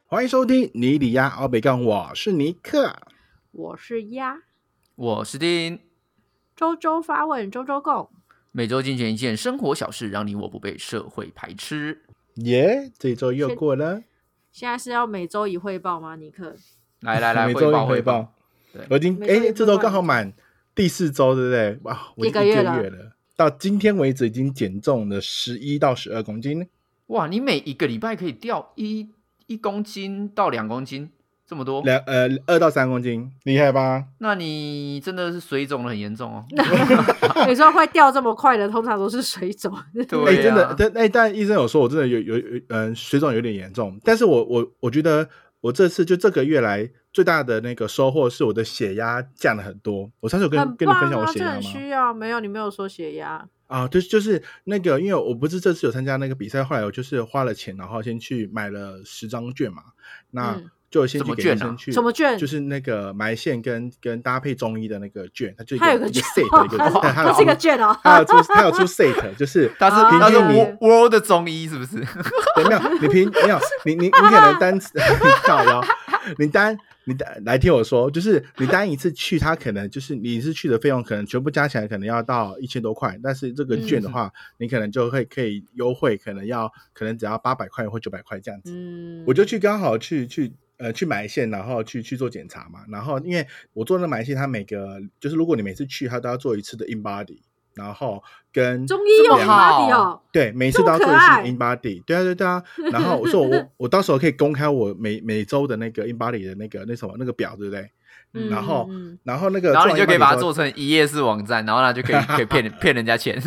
欢迎收听尼里亚奥北杠，我是尼克， 我是鸭， 我是丁， 周周发问，周周共， 每周精选一件生活小事，让你我不被社会排斥。 耶、这一周又过了， 现在是要每周一汇报吗？尼克， 来， 每周一汇报。 报。 对， 我已经每周一汇报这周刚好满第4周，对不对？哇，我已经1个月了，到今天为止已经减重了11到12公斤。 哇，你每一个礼拜可以掉1公斤到2公斤，这么多 ？2到3公斤，厉害吧？ 那你真的是水肿的很严重哦。 有时候会掉这么快的，通常都是水肿。 对、 真的，但医生有说我真的有水肿有点严重，但是我觉得我这次就这个月来最大的那个收获是我的血压降了很多。我上次有跟你分享我血压吗？ 这很需要，没有，你没有说血压啊，就是那个，因为我不是这次有参加那个比赛，后来我就是花了钱，然后先去买了10张券嘛，那就先去给医生去什么券？ 就是那个埋线跟搭配中医的那个券，它就有个 set 一个， 它是一个券哦， 它有出 set， 就是它是平均你 World 的中医是不是？ 没有，你可能单靠腰，你来听我说，就是你单一次去，它可能就是你是去的费用，可能全部加起来可能要到1000多块，但是这个券的话，你可能就可以优惠，可能只要800块或900块这样子。我就去刚好去埋线，然后去做检查嘛。然后因为我做那埋线，它每个就是如果你每次去，它都要做一次的 in body。然后跟中医用 in body 哦， 对，每次都要做一次 in body， 对啊。然后我说我到时候可以公开我每周的那个 in body 的那个表，对不对？然后那个， 然后你就可以把它做成1页式网站，然后它就可以骗人家钱。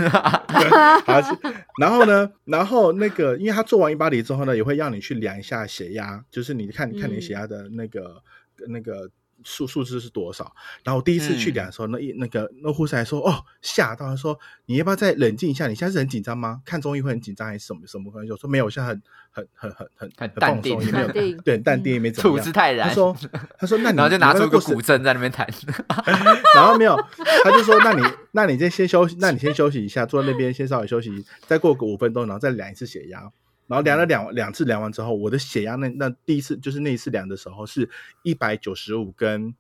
然后那个，因为他做完 in body 之后呢，也会让你去量一下血压，就是你看你血压的那个数字是多少。然后我第一次去量的时候，那护士还说吓到，他说你要不要再冷静一下？你现在是很紧张吗？看中医会很紧张还是什么关系？我说没有，我现在很淡定， 也没有对，淡定也没怎么样。 吐字太然。 他说那你然后就拿出个古筝在那边弹。 然后没有，他就说那你先休息，那你先休息一下，坐在那边先稍微休息，再过个5分钟，然后再量一次血压。然后量了两次，量完之后，我的血压那第一次就是那一次量的时候是195跟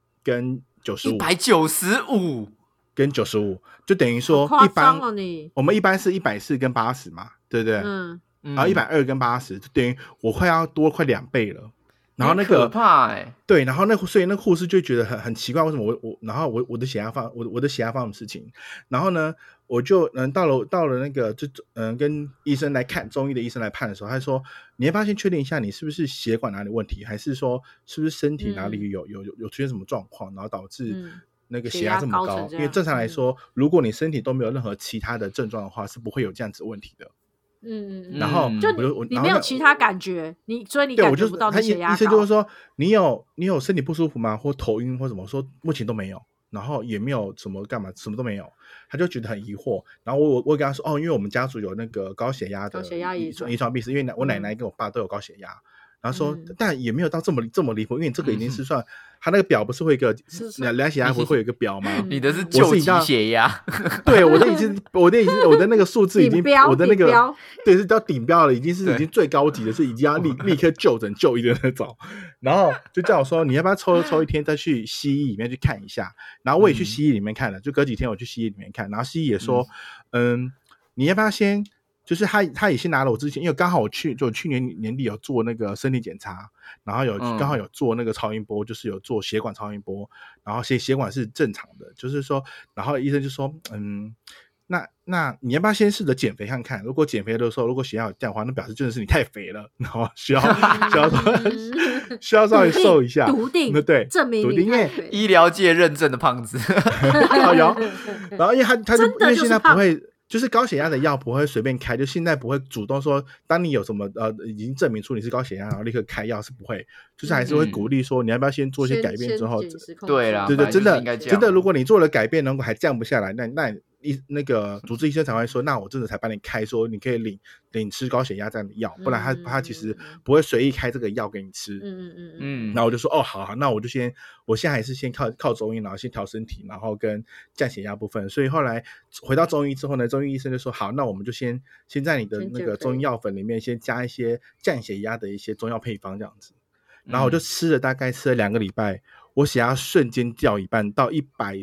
95 跟95，就等于说我们一般是140跟80嘛，对不对？然后120跟80，就等于我快要多快2倍了。然后那个可怕对，然后所以那个护士就觉得很奇怪，为什么然后我的血压发生什么事情？然后呢，我就到了那个跟医生来看，中医的医生来判的时候，他说你要不要先确定一下你是不是血管哪里问题，还是说是不是身体哪里有出现什么状况，然后导致那个血压这么高？因为正常来说，如果你身体都没有任何其他的症状的话，是不会有这样子的问题的。然后你没有其他感觉，所以你感觉不到你血压高。 医生就会说你有身体不舒服吗？或头晕或什么？说目前都没有，然后也没有什么干嘛，什么都没有。他就觉得很疑惑。然后我跟他说因为我们家族有那个高血压的遗传病史，因为我奶奶跟我爸都有高血压。然后说，但也没有到这么离谱，因为这个已经是算他那个表不是会有一个量血压会有一个表吗？ 你的是救急血压， 对，我的那个数字已经我的那个对是到顶标了，已经最高级的，是已经要立刻就诊就医的那种。然后就叫我说，你要不要抽一天再去西医里面去看一下？然后我也去西医里面看了，就隔几天我去西医里面看，然后西医也说，你要不要先？就是他也先拿了我之前，因为刚好我去年年底有做那个身体检查，然后刚好有做那个超音波，就是有做血管超音波，然后血管是正常的，就是说，然后医生就说，那你要不要先试着减肥看看？如果减肥的时候，如果血压有降的话，那表示真的是你太肥了，然后需要稍微瘦一下， 笃定对， 证明你太肥， 医疗界认证的胖子。 然后因为他就因为现在不会。就是高血压的药不会随便开，就现在不会主动说，当你有什么已经证明出你是高血压，然后立刻开药是不会，就是还是会鼓励说，你要不要先做一些改变之后， 对啦， 对，真的，如果你做了改变，如果还降不下来， 那个主治医生才会说，那我真的才帮你开，说你可以领吃高血压这样的药，不然他其实不会随意开这个药给你吃。然后我就说好，那我现在还是先靠中医，然后先调身体，然后跟降血压部分。所以后来回到中医之后呢，中医医生就说好，那我们就先在你的那个中医药粉里面先加一些降血压的一些中药配方这样子。然后我就大概吃了2个礼拜，我血压瞬间掉一半到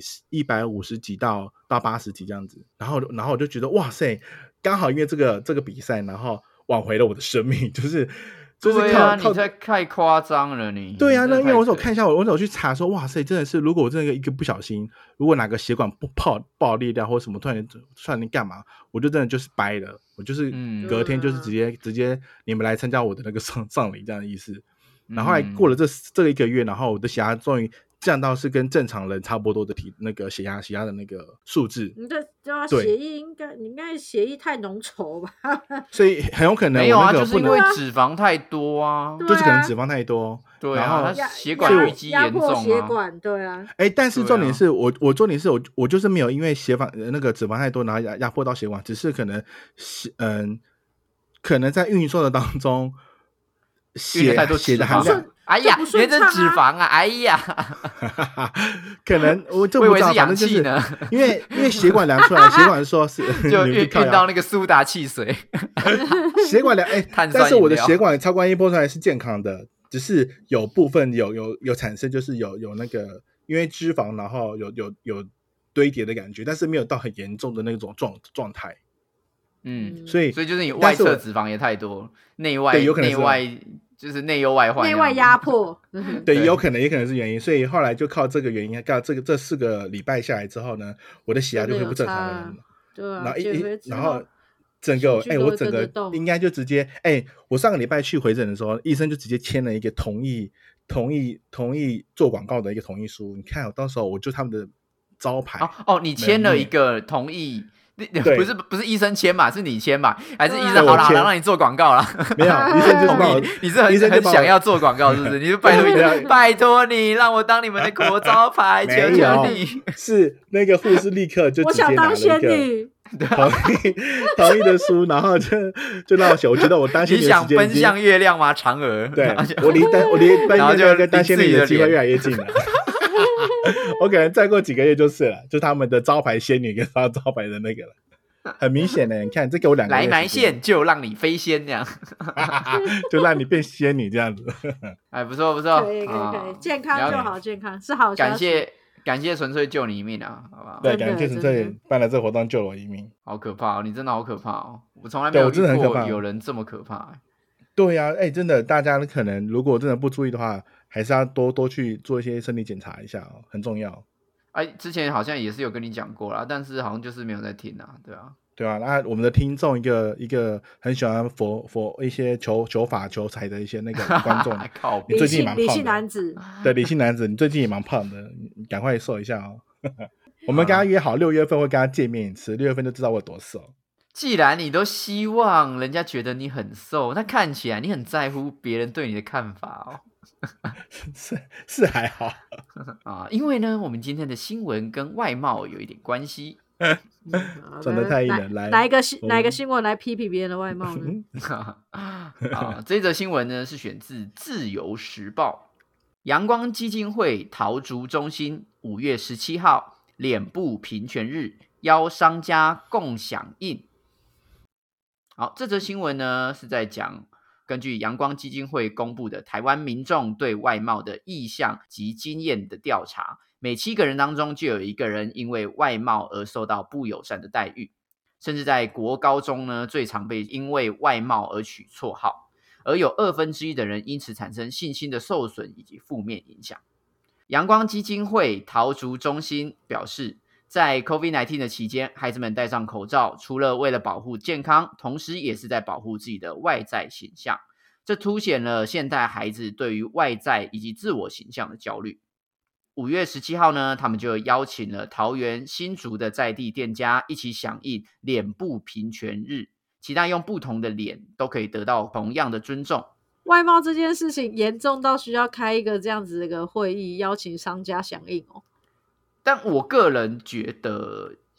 150几到80几这样子。然后我就觉得哇塞，刚好因为这个比赛，然后挽回了我的生命，就是对啊，你太夸张了你。 对啊，那因为我看一下，我去查说，哇塞，真的是，如果我真的一个不小心，如果哪个血管爆裂掉或者什么突然干嘛，我就真的就是掰了，我就是隔天就是直接你们来参加我的那个丧礼这样的意思。然后后来过了这1个月，然后我的血压终于降到是跟正常人差不多的那个血压的那个数字。 你的血液你应该血液太浓稠吧？ 所以很有可能没有啊，就是因为脂肪太多啊， 就是可能脂肪太多。 对啊，它血管淤积严重啊， 压迫血管，对啊。 但是重点是我重点是我就是没有因为那个脂肪太多，然后压迫到血管，只是可能可能在运送的当中。血的含量， 哎呀，原来是脂肪啊！哎呀， 可能我以为是氧气呢， 因为血管量出来，血管说是就运到那个苏打汽水， 血管量但是我的血管超音波出来是健康的，只是有部分有产生，就是有那个因为脂肪，然后有堆叠的感觉，但是没有到很严重的那种状态。所以就是你外侧脂肪也太多，内外就是内忧外患， 内外压迫。 对，也可能是原因。所以后来就靠这个原因，靠这4个礼拜下来之后呢，我的血压就恢复正常了。 对啊， 然后整个我整个应该就直接我上个礼拜去回诊的时候，医生就直接签了一个同意做广告的一个同意书。你看，到时候我就他们的招牌你签了一个同意。不是医生签嘛，是你签嘛？还是医生好啦，让你做广告啦？ 没有，医生就同意。 你是很想要做广告，是不是？你就拜托你，让我当你们的国招牌，求求你。 是那个护士立刻就直接拿了一个同意的书，然后就让我写。我觉得我当仙女的时间， 你想奔向月亮吗？嫦娥？ 对，我离奔月亮跟当仙女的机会越来越近了。我可能再过几个月就是了，就他们的招牌仙女跟他招牌的那个了，很明显的。你看，这给我2个月来埋线就让你飞仙这样， 就让你变仙女这样子。 不错， 可以，健康就好，健康是好。 感谢纯粹救你一命啊，好不好？ 对，感谢纯粹办了这个活动救了我一命。 好可怕你真的好可怕我从来没有遇过有人这么可怕。 对啊，真的，大家可能如果真的不注意的话，还是要多去做一些身体检查一下很重要。 之前好像也是有跟你讲过啦，但是好像就是没有在听啊，对啊。 那我们的听众一个很喜欢佛一些求法求财的一些那个观众，你最近也蛮胖的。 理性男子， 对，理性男子，你最近也蛮胖的，你赶快瘦一下我们刚刚约好6月份会跟他见面一次，6月份就知道我有多瘦。 既然你都希望人家觉得你很瘦，那看起来你很在乎别人对你的看法是还好因为呢，我们今天的新闻跟外貌有一点关系。 真的太硬了。来， 哪一个新闻来批评别人的外貌呢？ 这则新闻呢是选自《自由时报》，阳光基金会桃竹中心5月17号脸部平权日，邀商家共响应。好，这则新闻呢是在讲，根据阳光基金会公布的台湾民众对外貌的意向及经验的调查，每7个人当中就有1个人因为外貌而受到不友善的待遇，甚至在国高中呢，最常被因为外貌而取绰号，而有1/2的人因此产生信心的受损以及负面影响。阳光基金会桃竹中心表示，在 COVID-19 的期间，孩子们戴上口罩，除了为了保护健康，同时也是在保护自己的外在形象。这凸显了现代孩子对于外在以及自我形象的焦虑。5月17号呢，他们就邀请了桃园新竹的在地店家一起响应脸部平权日，期待用不同的脸都可以得到同样的尊重。 外貌这件事情严重到需要开一个这样子的一个会议，邀请商家响应但我个人觉得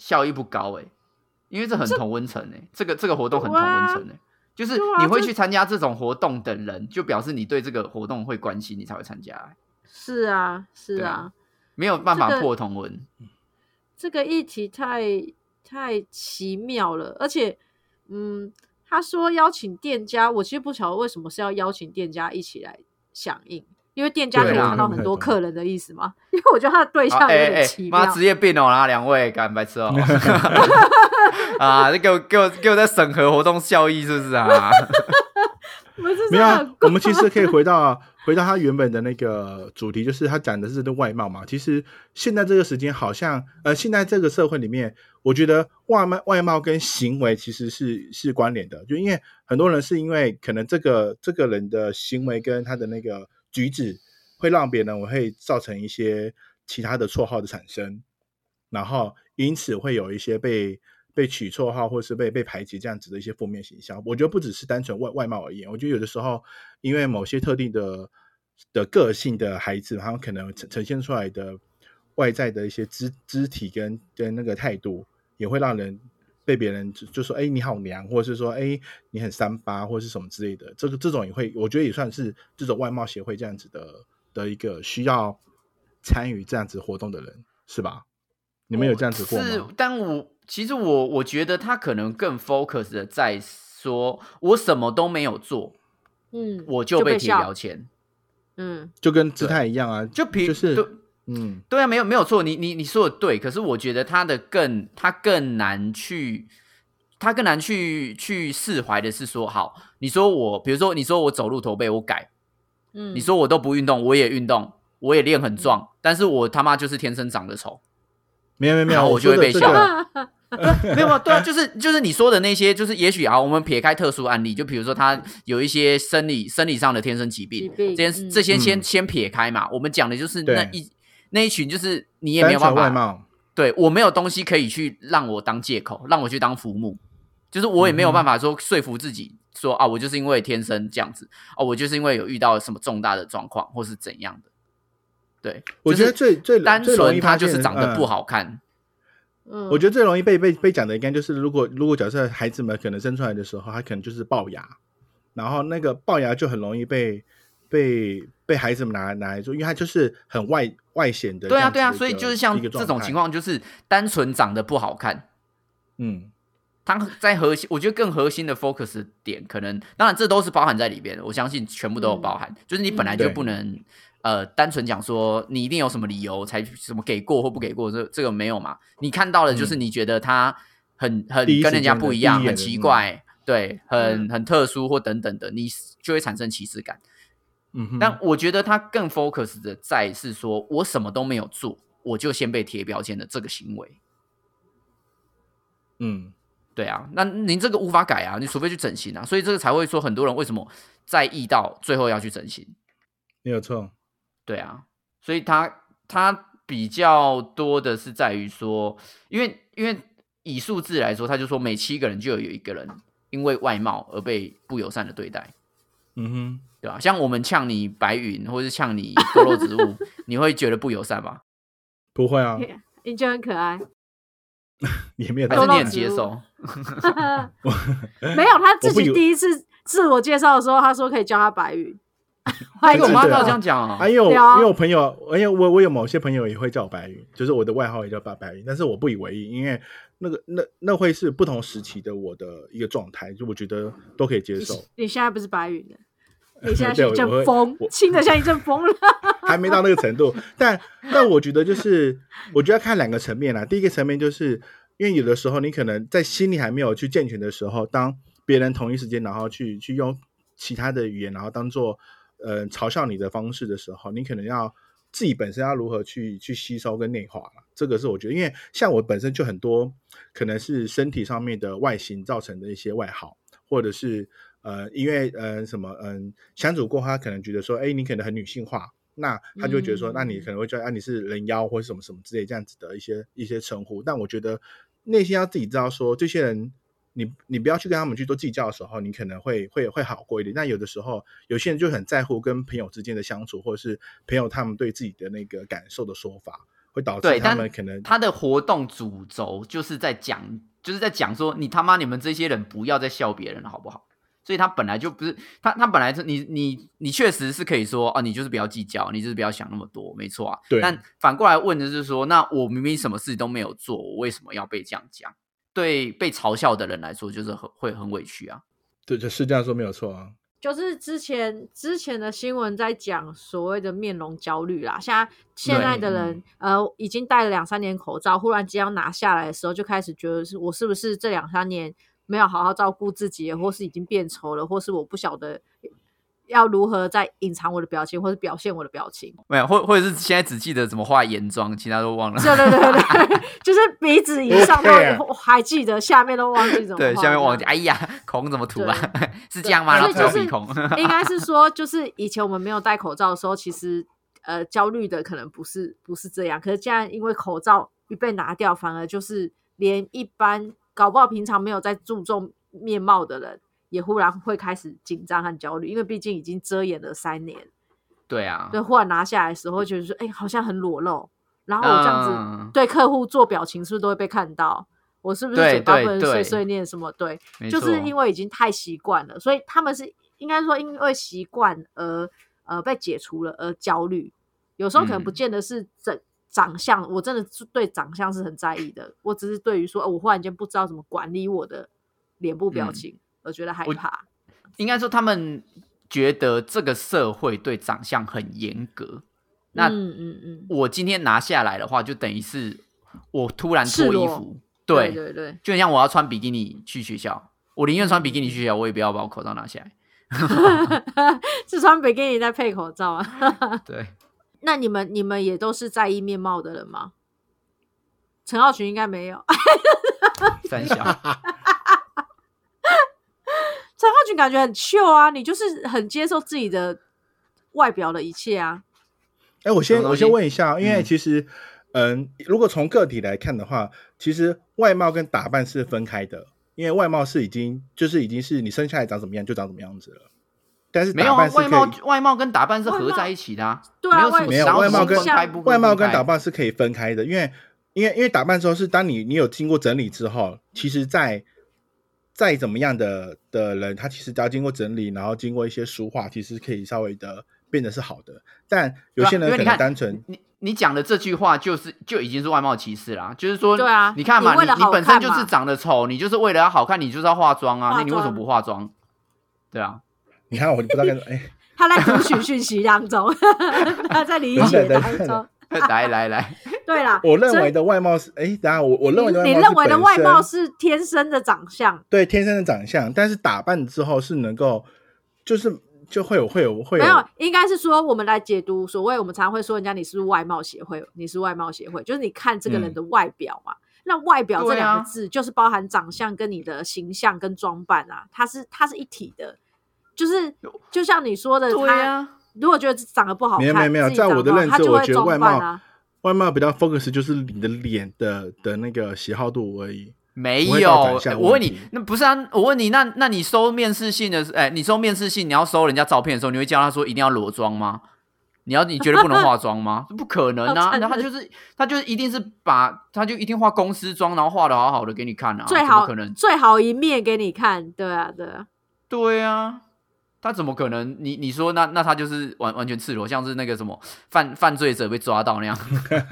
效益不高因为这很同温层这个活动很同温层就是你会去参加这种活动的人，就表示你对这个活动会关心，你才会参加是啊，是啊， 没有办法破同温。 这个议题太奇妙了，而且他说邀请店家，我其实不晓得为什么是要邀请店家一起来响应，因为店家可以看到很多客人的意思嘛。因为我觉得他的对象有点奇妙。 妈职业病啦，2位干白痴啊！给我在审核活动效益是不是啊？ 没有我们其实可以回到他原本的那个主题，就是他讲的是外貌嘛。其实现在这个时间好像现在这个社会里面，我觉得外貌跟行为其实是关联的，就因为很多人是因为可能这个人的行为跟他的那个举止会让别人会造成一些其他的绰号的产生，然后因此会有一些被取绰号或是被排挤这样子的一些负面形象。我觉得不只是单纯外貌而言，我觉得有的时候因为某些特定的个性的孩子，他们可能呈现出来的外在的一些肢体跟那个态度，也会让人被别人就说你好娘，或者是说你很3八或是什么之类的。这种也会，我觉得也算是这种外貌协会这样子的一个需要参与这样子活动的人，是吧？你们有这样子过吗？ 是，但其实我觉得他可能更 focus 的在说，我什么都没有做，我就被贴标签， 就跟姿态一样啊，就是对啊，没有错，你说的对，可是我觉得他更难去释怀的是说，好，你说比如说你说我走路驼背，我改，你说我都不运动，我也运动，我也练很壮，但是我他妈就是天生长得丑。 没有， 我就会被笑。没有，对啊，就是你说的那些，就是也许我们撇开特殊案例，就比如说他有一些生理上的天生疾病，这些先撇开嘛。我们讲的就是那一群，就是你也没有办法，对我没有东西可以去让我当借口，让我去当浮木，就是我也没有办法说服自己说我就是因为天生这样子我就是因为有遇到什么重大的状况或是怎样的。对， 我觉得最单纯他就是长得不好看。 我觉得最容易被讲的应该就是如果假设孩子们可能生出来的时候，他可能就是龅牙，然后那个龅牙就很容易被孩子们拿来做，因为他就是很外显的。 对啊，所以就是像这种情况，就是单纯长得不好看。他在核心，我觉得更核心的 focus 点，可能当然这都是包含在里边的，我相信全部都有包含。就是你本来就不能单纯讲说你一定有什么理由才什么给过或不给过，这个没有嘛。你看到的就是你觉得他很跟人家不一样，很奇怪，对，很特殊或等等的，你就会产生歧视感。但我觉得他更 focus 的在是说我什么都没有做，我就先被贴标签的这个行为。对啊，那您这个无法改啊，你除非去整形啊，所以这个才会说很多人为什么在意到最后要去整形。 没有错。 对啊，所以他比较多的是在于说，因为以数字来说，他就说每7个人就有1个人因为外貌而被不友善的对待。对吧？像我们呛你白云，或是呛你多肉植物，你会觉得不友善吗？ 不会啊， 你觉得很可爱。 也没有， 还是你很接受？ 没有，他自己第一次自我介绍的时候，他说可以叫他白云。 我妈都这样讲啊。 因为我朋友，我有某些朋友也会叫我白云，就是我的外号也叫白云，但是我不以为意，因为那会是不同时期的我的一个状态，就我觉得都可以接受。 你现在不是白云的，你现在是一阵风，轻的像一阵风了。 还没到那个程度，但我觉得我觉得要看2个层面啦。第一个层面就是因为有的时候你可能在心理还没有去健全的时候，当别人同一时间然后去用其他的语言然后当做嘲笑你的方式的时候，你可能要自己本身要如何去吸收跟内化了。这个是我觉得，因为像我本身就很多可能是身体上面的外形造成的一些外号，或者是因为相处过，他可能觉得说你可能很女性化，那他就会觉得说那你可能会觉得你是人妖或是什么什么之类这样子的一些称呼。但我觉得内心要自己知道说这些人你不要去跟他们去做计较的时候，你可能会好过一点。但有的时候有些人就很在乎跟朋友之间的相处，或者是朋友他们对自己的那个感受的说法， 会导致他们可能他的活动主轴就是在讲说你们这些人不要再笑别人了好不好？所以他本来就不是他本来你确实是可以说你就是不要计较，你就是不要想那么多，没错啊。 对。 但反过来问的是说，那我明明什么事都没有做，我为什么要被这样讲？对被嘲笑的人来说，就是会很委屈啊。 对，就是这样说没有错啊。 就是之前的新闻在讲所谓的面容焦虑啦，现在的人已经戴了2-3年口罩，忽然间要拿下来的时候，就开始觉得我是不是这2-3年没有好好照顾自己，或是已经变丑了，或是我不晓得要如何在隐藏我的表情，或是表现我的表情。 没有，或者是现在只记得怎么画眼妆，其他都忘了。 对，就是鼻子以上都还记得，下面都忘记怎么画。 对，下面忘记。哎呀，孔怎么涂啊？是这样吗？然后就是鼻孔。 应该是说，就是以前我们没有戴口罩的时候，其实焦虑的可能不是这样，可是现在因为口罩一被拿掉，反而就是连一般搞不好平常没有在注重面貌的人，也忽然会开始紧张和焦虑，因为毕竟已经遮掩了3年。 对啊， 对，忽然拿下来的时候，会觉得说，好像很裸露，然后我这样子对客户做表情，是不是都会被看到？我是不是嘴巴不能碎碎念什么？对，就是因为已经太习惯了，所以他们是应该说因为习惯而被解除了而焦虑。有时候可能不见得是长相，我真的对长相是很在意的，我只是对于说，我忽然间不知道怎么管理我的脸部表情，而觉得害怕。 应该说他们觉得这个社会对长相很严格，那我今天拿下来的话，就等于是我突然脱衣服，对，就很像我要穿比基尼去学校，我宁愿穿比基尼去学校，我也不要把我口罩拿下来。 是穿比基尼再配口罩啊？ 对。 那你们也都是在意面貌的人吗？陈浩群应该没有。 三小。 陈浩群感觉很chill啊，你就是很接受自己的外表的一切啊。 我先问一下，因为其实如果从个体来看的话，其实外貌跟打扮是分开的，因为外貌是已经是你生下来长什么样就长什么样子了。但是打扮是可以没有外貌跟打扮是合在一起的啊。 对啊， 没有外貌跟打扮是可以分开的，因为打扮之后是当你有经过整理之后，其实再怎么样的人，他其实只要经过整理，然后经过一些梳化，其实可以稍微的变得是好的。但有些人可能单纯， 你讲的这句话就已经是外貌歧视啦，就是说， 对啊， 你看嘛，你本身就是长得丑，你就是为了要好看，你就是要化妆啊，那你为什么不化妆？对啊。 你看，我不知道他在读取讯息当中，他在理解当中。 来， 对啦， 我认为的外貌是，等一下我认为的外貌是你认为的外貌是天生的长相， 对，天生的长相，但是打扮之后是能够，就会有没有，应该是说我们来解读所谓我们常会说人家你是外貌协会，就是你看这个人的外表嘛。那外表这2个字就是包含长相跟你的形象跟装扮啊，它是一体的。就像你说的，他如果觉得长得不好看， 没有，在我的认知，我觉得外貌比较 focus 就是你的脸的那个喜好度而已。 没有，我问你，那不是啊？我问你，那你收面试信的，你收面试信，你要收人家照片的时候，你会叫他说一定要裸妆吗？你绝对不能化妆吗？不可能啊！那他就是一定是他就一定化公司妆，然后化的好好的给你看啊， 最好一面给你看，对啊。 他怎么可能？你说那他就是完全赤裸，像是那个什么犯罪者被抓到那样。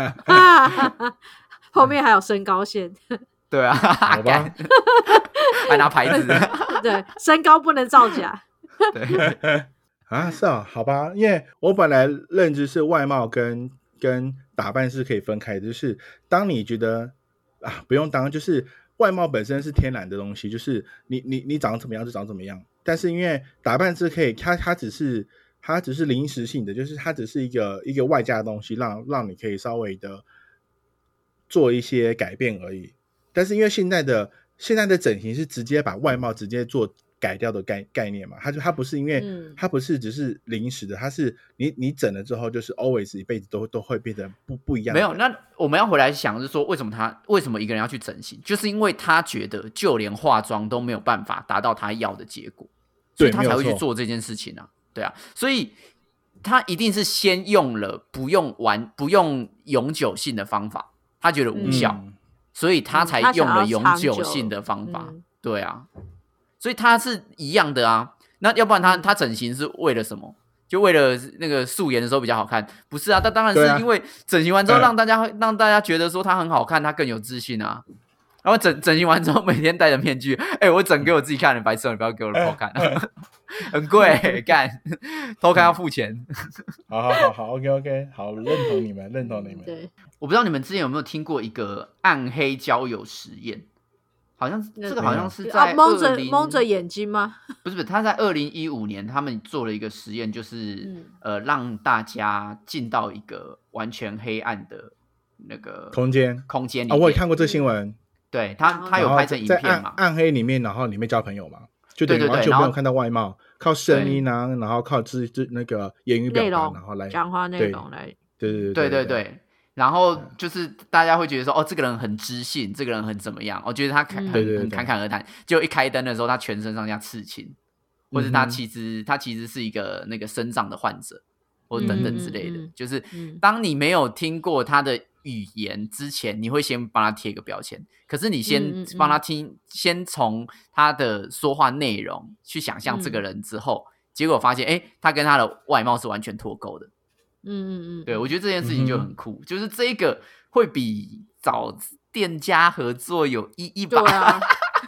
后面还有身高线。 对啊，好吧，还拿牌子。 对，身高不能造假。 对啊，是啊，好吧，因为我本来认知是外貌跟打扮是可以分开的，就是当你觉得不用当，就是外貌本身是天然的东西，就是你长怎么样就长怎么样。但是因为打扮是可以，它只是临时性的，就是它只是一个外加的东西，让你可以稍微的做一些改变而已。但是因为现在的整形是直接把外貌直接做改掉的概念嘛，它不是因为它不是只是临时的，它是你整了之后就是 always 一辈子都会变成不一样的。 没有，那我们要回来想是说，为什么一个人要去整形，就是因为他觉得就连化妆都没有办法达到他要的结果，所以他才会去做这件事情啊。对啊，所以他一定是先用了不用永久性的方法，他觉得无效，所以他才用了永久性的方法。对啊，所以他是一样的啊。那要不然他整形是为了什么？就为了那个素颜的时候比较好看？不是啊，他当然是因为整形完之后让大家觉得说他很好看，他更有自信啊。然后整形完之后每天戴着面具，我整给我自己看，你白痴，你不要给我偷看，很贵，干偷看要付钱。 好 OK 好，认同你们。 对， 我不知道你们之前有没有听过一个暗黑交友实验，好像这个好像是在蒙着眼睛吗？ 不是，他在2015年他们做了一个实验，就是让大家进到一个完全黑暗的那个空间里面。 我也看过这新闻。 对，他有拍成影片嘛， 在暗黑里面，然后里面交朋友嘛，就等于完全不用看到外貌，靠声音啊，然后靠那个言语表达，然后来讲话内容来。 对。然后就是大家会觉得说，这个人很知性，这个人很怎么样？我觉得他很侃侃而谈。结果一开灯的时候，他全身上下刺青，或是他其实是一个那个身障的患者，或等等之类的。就是当你没有听过他的语言之前，你会先帮他贴个标签。可是你先帮他先从他的说话内容去想象这个人之后，结果发现，他跟他的外貌是完全脱钩的。对，我觉得这件事情就很酷，就是这个会比找店家合作有意义吧？ 对啊，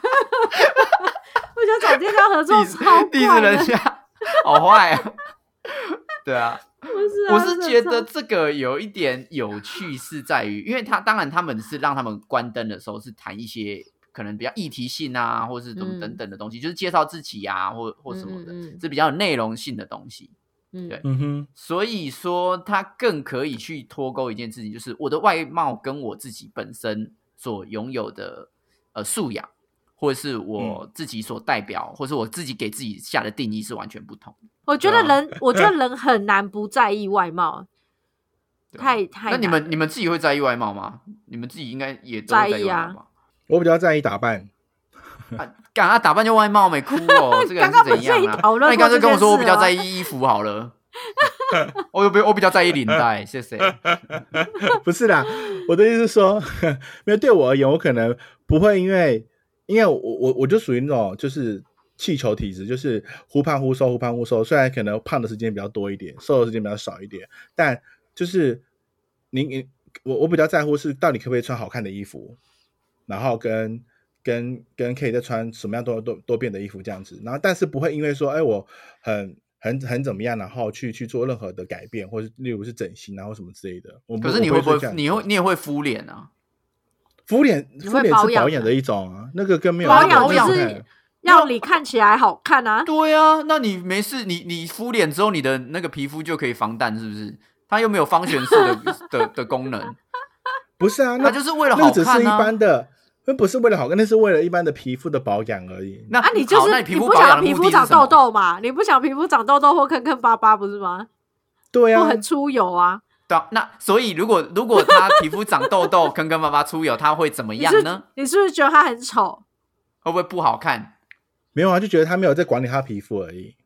我觉得找店家合作超怪的， 人家好坏啊！对啊。我是觉得这个有一点有趣，是在于，因为当然他们是让他们关灯的时候是谈一些可能比较议题性啊，或是等等的东西，就是介绍自己啊，或什么的，是比较有内容性的东西。对，所以说他更可以去脱钩一件事情，就是我的外貌跟我自己本身所拥有的素养，或者是我自己所代表，或是我自己给自己下的定义是完全不同的。 我觉得人很难不在意外貌，太那你们自己会在意外貌吗？你们自己应该也都会在意外貌吧？ 我比较在意打扮。 干他打扮就外貌没哭哦，这个人是怎样啊？那你刚才跟我说我比较在意衣服好了。我比较在意领带，谢谢。 不是啦，我的意思是说，没有，对我而言，我可能不会因为我就属于那种就是气球体质，就是忽胖忽瘦，虽然可能胖的时间比较多一点，瘦的时间比较少一点，但就是我比较在乎是到底可不可以穿好看的衣服，然后跟可以再穿什么样多变的衣服这样子，然后但是不会因为说我很怎么样，然后去做任何的改变，或是例如是整形啊或什么之类的。 可是你会不会你也会敷脸啊？ 敷脸是保养的一种啊，那个跟没有保养就是要你看起来好看啊。 对啊，那你没事，你敷脸之后，你的那个皮肤就可以防弹，是不是？它又没有方旋式的功能。 不是啊， 它就是为了好看啊。 那只是一般的，那不是为了好看，那是为了一般的皮肤的保养而已。 那你就是你不想皮肤长痘痘嘛？你不想皮肤长痘痘或坑坑巴巴，不是吗？ 对啊， 或很出油啊。 对啊，那所以如果他皮肤长痘痘、坑坑巴巴、出油，他会怎么样呢？ 你是不是觉得他很丑？ 会不会不好看？ 没有啊，就觉得他没有在管理他皮肤而已。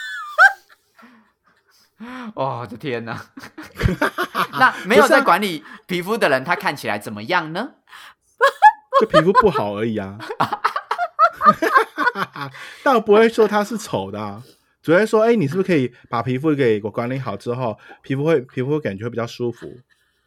我的天哪！那没有在管理皮肤的人，他看起来怎么样呢？ 就皮肤不好而已啊。但我不会说他是丑的啊，只会说你是不是可以把皮肤给我管理好之后，皮肤会感觉会比较舒服。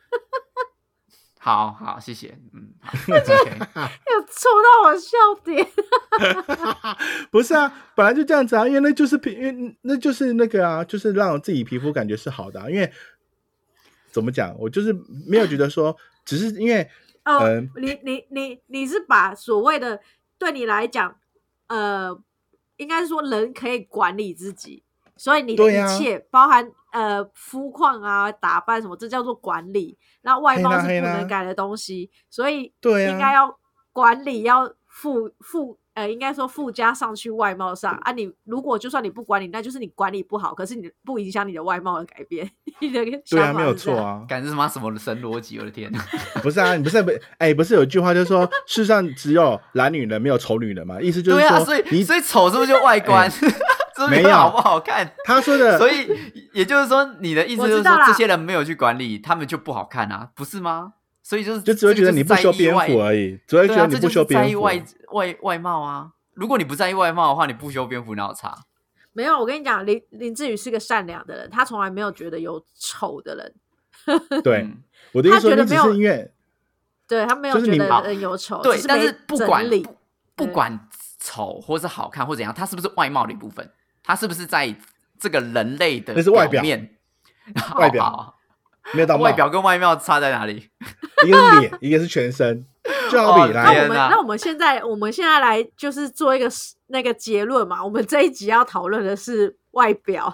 好，谢谢。 有戳到我笑点。 不是啊，本来就这样子啊，因为那就是那个啊，就是让自己皮肤感觉是好的啊。因为怎么讲，我就是没有觉得说，只是因为你是把所谓的对你来讲，应该是说人可以管理自己，所以你的一切包含肤况啊、打扮什么，这叫做管理。然后外貌是不能改的东西，所以应该要管理，要应该说附加上去外貌上啊。你如果就算你不管理，那就是你管理不好，可是你不影响你的外貌的改变。 对啊，没有错啊。 感觉什么神逻辑，我的天！ 不是啊，你不是有句话就是说，世上只有懒女人，没有丑女人嘛？意思就是说， 对啊，所以丑是不是就外观？ 没有好不好看？ 他说的， 所以也就是说，你的意思就是说，这些人没有去管理，他们就不好看啊，不是吗？所以就只会觉得你不修边幅而已，只会觉得你不修边幅。 外貌啊，如果你不在意外貌的话，你不修边幅哪有差？ 没有，我跟你讲，林志宇是个善良的人，他从来没有觉得有丑的人。 对，我的意思说，你只是因为对他没有觉得人有丑， 对，但是不管丑或是好看或怎样，他是不是外貌的一部分？他是不是在这个人类的表面？ 外表没有到外表跟外貌差在哪里？ 一个是脸，一个是全身。就好比那我们现在来就是做一个那个结论嘛。我们这一集要讨论的是外表，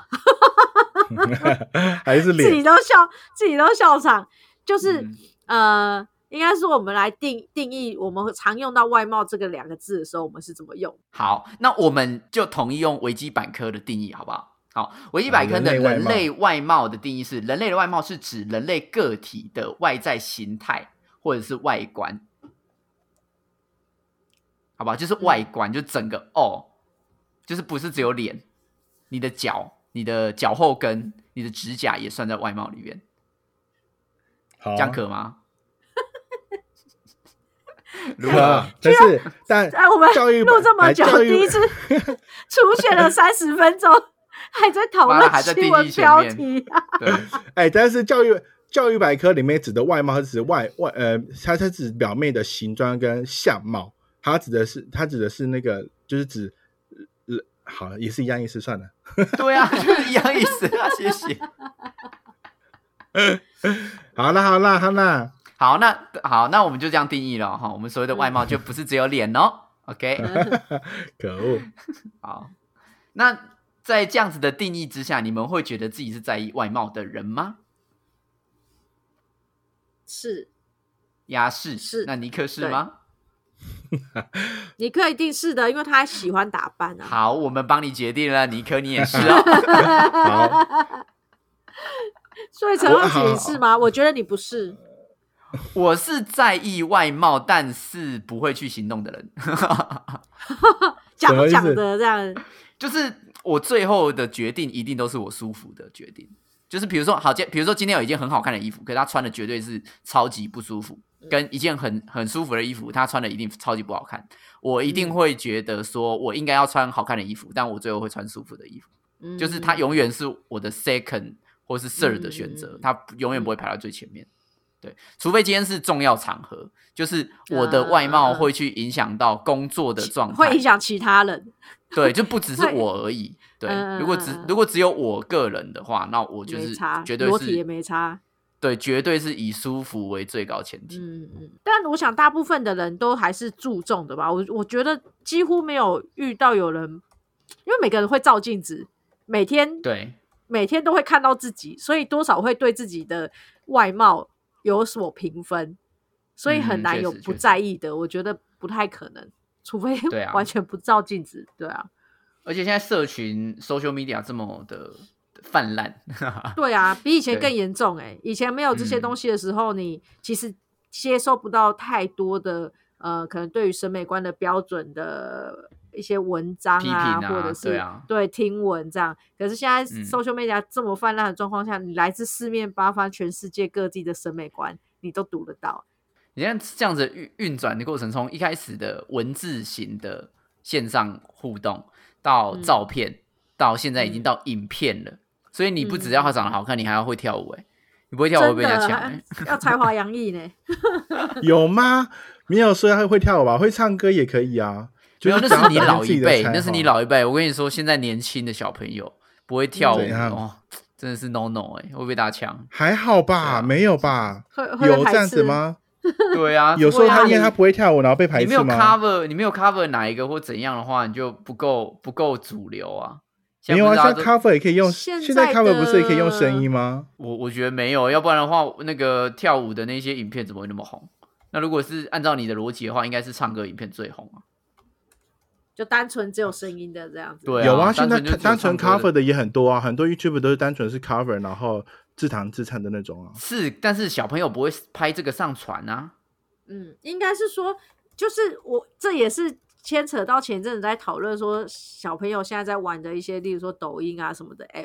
还是脸？ 自己都笑场。就是应该是我们来定义我们常用到外貌这个2个字的时候，我们是怎么用？ 好，那我们就统一用维基百科的定义，好不好？好，维基百科的人类外貌的定义是：人类的外貌是指人类个体的外在形态或者是外观，好不好？就是外观，就整个就是不是只有脸，你的脚、你的脚后跟、你的指甲也算在外貌里面。 好， 这样可吗？ 但我们录这么久，第一次出现了30分钟，还在讨论新闻标题对，但是教育百科里面指的外貌，它指它指表面的形状跟相貌，它指的是那个，就是指好，也是一样意思，算了。 对啊，就是一样意思啊，谢谢。 好， 那我们就这样定义了哈。我们所谓的外貌就不是只有脸哦。OK， 可恶。 好，那在这样子的定义之下，你们会觉得自己是在意外貌的人吗？ 是。 是。那尼克是吗？ 尼克一定是的，因为他喜欢打扮啊。 好，我们帮你决定了，尼克你也是哦。 好。 所以陈浩杰你是吗？我觉得你不是。 我是在意外貌，但是不会去行动的人。 讲的这样， 就是我最后的决定一定都是我舒服的决定。就是比如说今天有一件很好看的衣服，可是他穿的绝对是超级不舒服，跟一件很舒服的衣服，他穿的一定超级不好看。我一定会觉得说我应该要穿好看的衣服，但我最后会穿舒服的衣服。就是他永远是我的 second 或是 third 的选择，他永远不会排到最前面。对，除非今天是重要场合，就是我的外貌会去影响到工作的状态， 会影响其他人。 对，就不只是我而已。对，如果只有我个人的话，那我就是绝对是裸体也没差。 对，绝对是以舒服为最高前提。 但我想大部分的人都还是注重的吧。我觉得几乎没有遇到有人，因为每个人会照镜子，每天都会看到自己，所以多少会对自己的外貌有所评分，所以很难有不在意的。我觉得不太可能，除非完全不照镜子。对啊， 而且现在社群 social media 这么的泛滥。 对啊，比以前更严重。以前没有这些东西的时候，你其实接收不到太多的可能对于审美观的标准的一些文章啊，或者是对听闻这样。可是现在 social media 这么泛滥的状况下，你来自四面八方全世界各地的审美观你都读得到。 你看这样子运转的过程，从一开始的文字型的线上互动到照片，到现在已经到影片了。所以你不只要他长得好看，你还要会跳舞。你不会跳舞会被人家抢。 要才华洋溢呢。 有吗？没有说他会跳舞吧，会唱歌也可以啊。 没有，那是你老一辈，那是你老一辈。我跟你说，现在年轻的小朋友不会跳舞真的是 no 会被打枪。 还好吧，没有吧？有这样子吗？ 对啊， 有时候因为他不会跳舞，然后被排斥吗？ 你没有 cover 哪一个或怎样的话，你就不够主流啊。 没有啊，现在 cover 也可以用，现在 cover 不是也可以用声音吗？ 我觉得没有，要不然的话，那个跳舞的那些影片怎么会那么红？那如果是按照你的逻辑的话，应该是唱歌影片最红啊。 就单纯只有声音的这样子。 对啊， 有啊，现在单纯 cover 的也很多啊，很多 YouTube 都是单纯是 cover， 然后自弹自唱的那种啊。 是，但是小朋友不会拍这个上传啊。 应该是说，就是这也是牵扯到前阵子在讨论说，小朋友现在在玩的一些，例如说抖音啊什么的 app，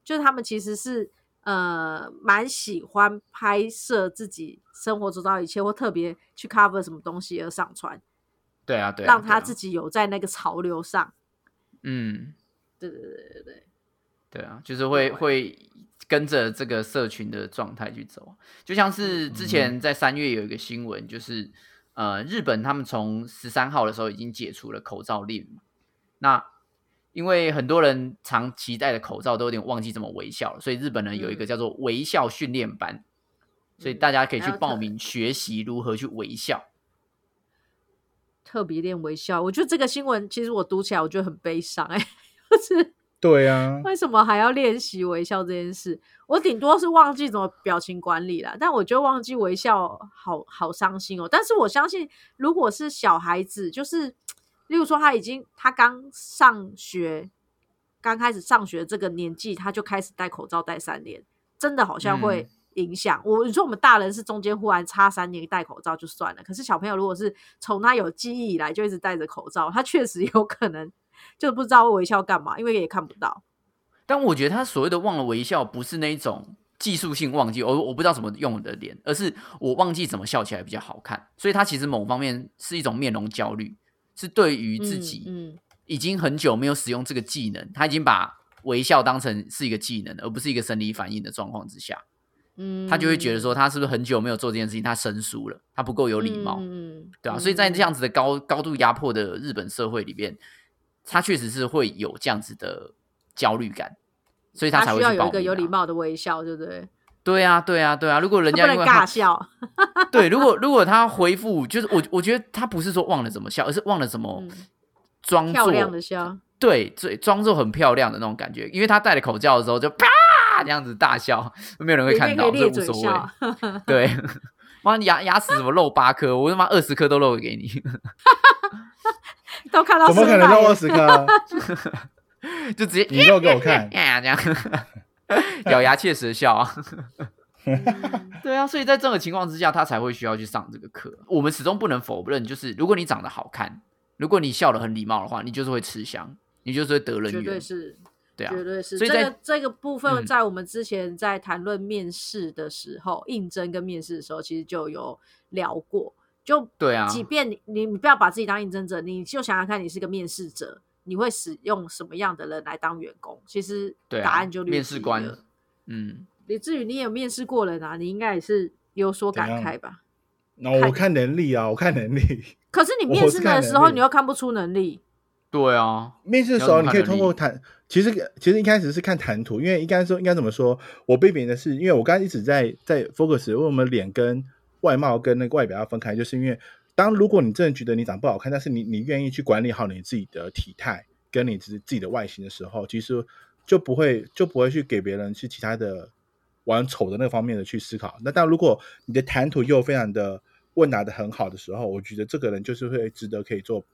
就是他们其实是蛮喜欢拍摄自己生活周遭的一切，或特别去 cover 什么东西而上传。 对啊，对啊， 让他自己有在那个潮流上。对， 对啊，就是会跟着这个社群的状态去走。就像是之前在3月有一个新闻，就是日本他们从13号的时候已经解除了口罩令嘛。那因为很多人长期戴的口罩都有点忘记怎么微笑了，所以日本人有一个叫做微笑训练班，所以大家可以去报名学习如何去微笑。 特别练微笑，我觉得这个新闻其实我读起来我觉得很悲伤就是对啊， 为什么还要练习微笑这件事？我顶多是忘记怎么表情管理啦，但我觉得忘记微笑好伤心哦。但是我相信，如果是小孩子，就是例如说他刚上学，刚开始上学这个年纪，他就开始戴口罩戴3年，真的好像会影响你说我们大人是中间忽然差3年戴口罩就算了，可是小朋友如果是从他有记忆以来就一直戴着口罩，他确实有可能就不知道微笑干嘛，因为也看不到。 但我觉得他所谓的忘了微笑，不是那种技术性忘记，我不知道怎么用我的脸，而是我忘记怎么笑起来比较好看。所以他其实某方面是一种面容焦虑，是对于自己已经很久没有使用这个技能，他已经把微笑当成是一个技能，而不是一个生理反应的状况之下。他就会觉得说他是不是很久没有做这件事情，他生疏了，他不够有礼貌，对啊，所以在这样子的高度压迫的日本社会里面，他确实是会有这样子的焦虑感，所以他才会去报名。 他需要有一个有礼貌的微笑，对不对？ 对啊，对啊，对啊。如果人家不能尬笑， 对，如果他回复，就是我觉得他不是说忘了怎么笑，而是忘了怎么装作漂亮的笑， 对，装作很漂亮的那种感觉，因为他戴了口罩的时候就啪这样子大笑，没有人会看到，所以无所谓。对，妈牙齿怎么漏8颗？我他妈20颗都漏给你， 都看到， 怎么可能漏20颗？ 就直接你漏给我看， 这样咬牙切齿的笑啊。对啊，所以在这种情况之下，他才会需要去上这个课。我们始终不能否认，就是如果你长得好看，如果你笑得很礼貌的话，你就是会吃香，你就是会得人缘， 绝对是。 对啊， 绝对是。 所以这个部分，在我们之前在谈论面试的时候，应征跟面试的时候，其实就有聊过。就对啊， 即便你不要把自己当应征者，你就想想看，你是个面试者，你会使用什么样的人来当员工？其实答案就面试官， 至于你有面试过人啊，你应该也是有所感慨吧？ 我看能力啊，我看能力。 可是你面试的时候，你又看不出能力。 对啊， 面试的时候你可以通过谈，其实一开始是看谈吐，因为应该怎么说？我被别人的是，因为我刚才一直在 focus， 为我们脸跟外貌跟那个外表要分开，就是因为如果你真的觉得你长不好看，但是你愿意去管理好你自己的体态跟你自己的外形的时候，其实就不会去给别人去其他的往丑的那个方面的去思考。那但如果你的谈吐又非常的问答的很好的时候，我觉得这个人就是会值得可以做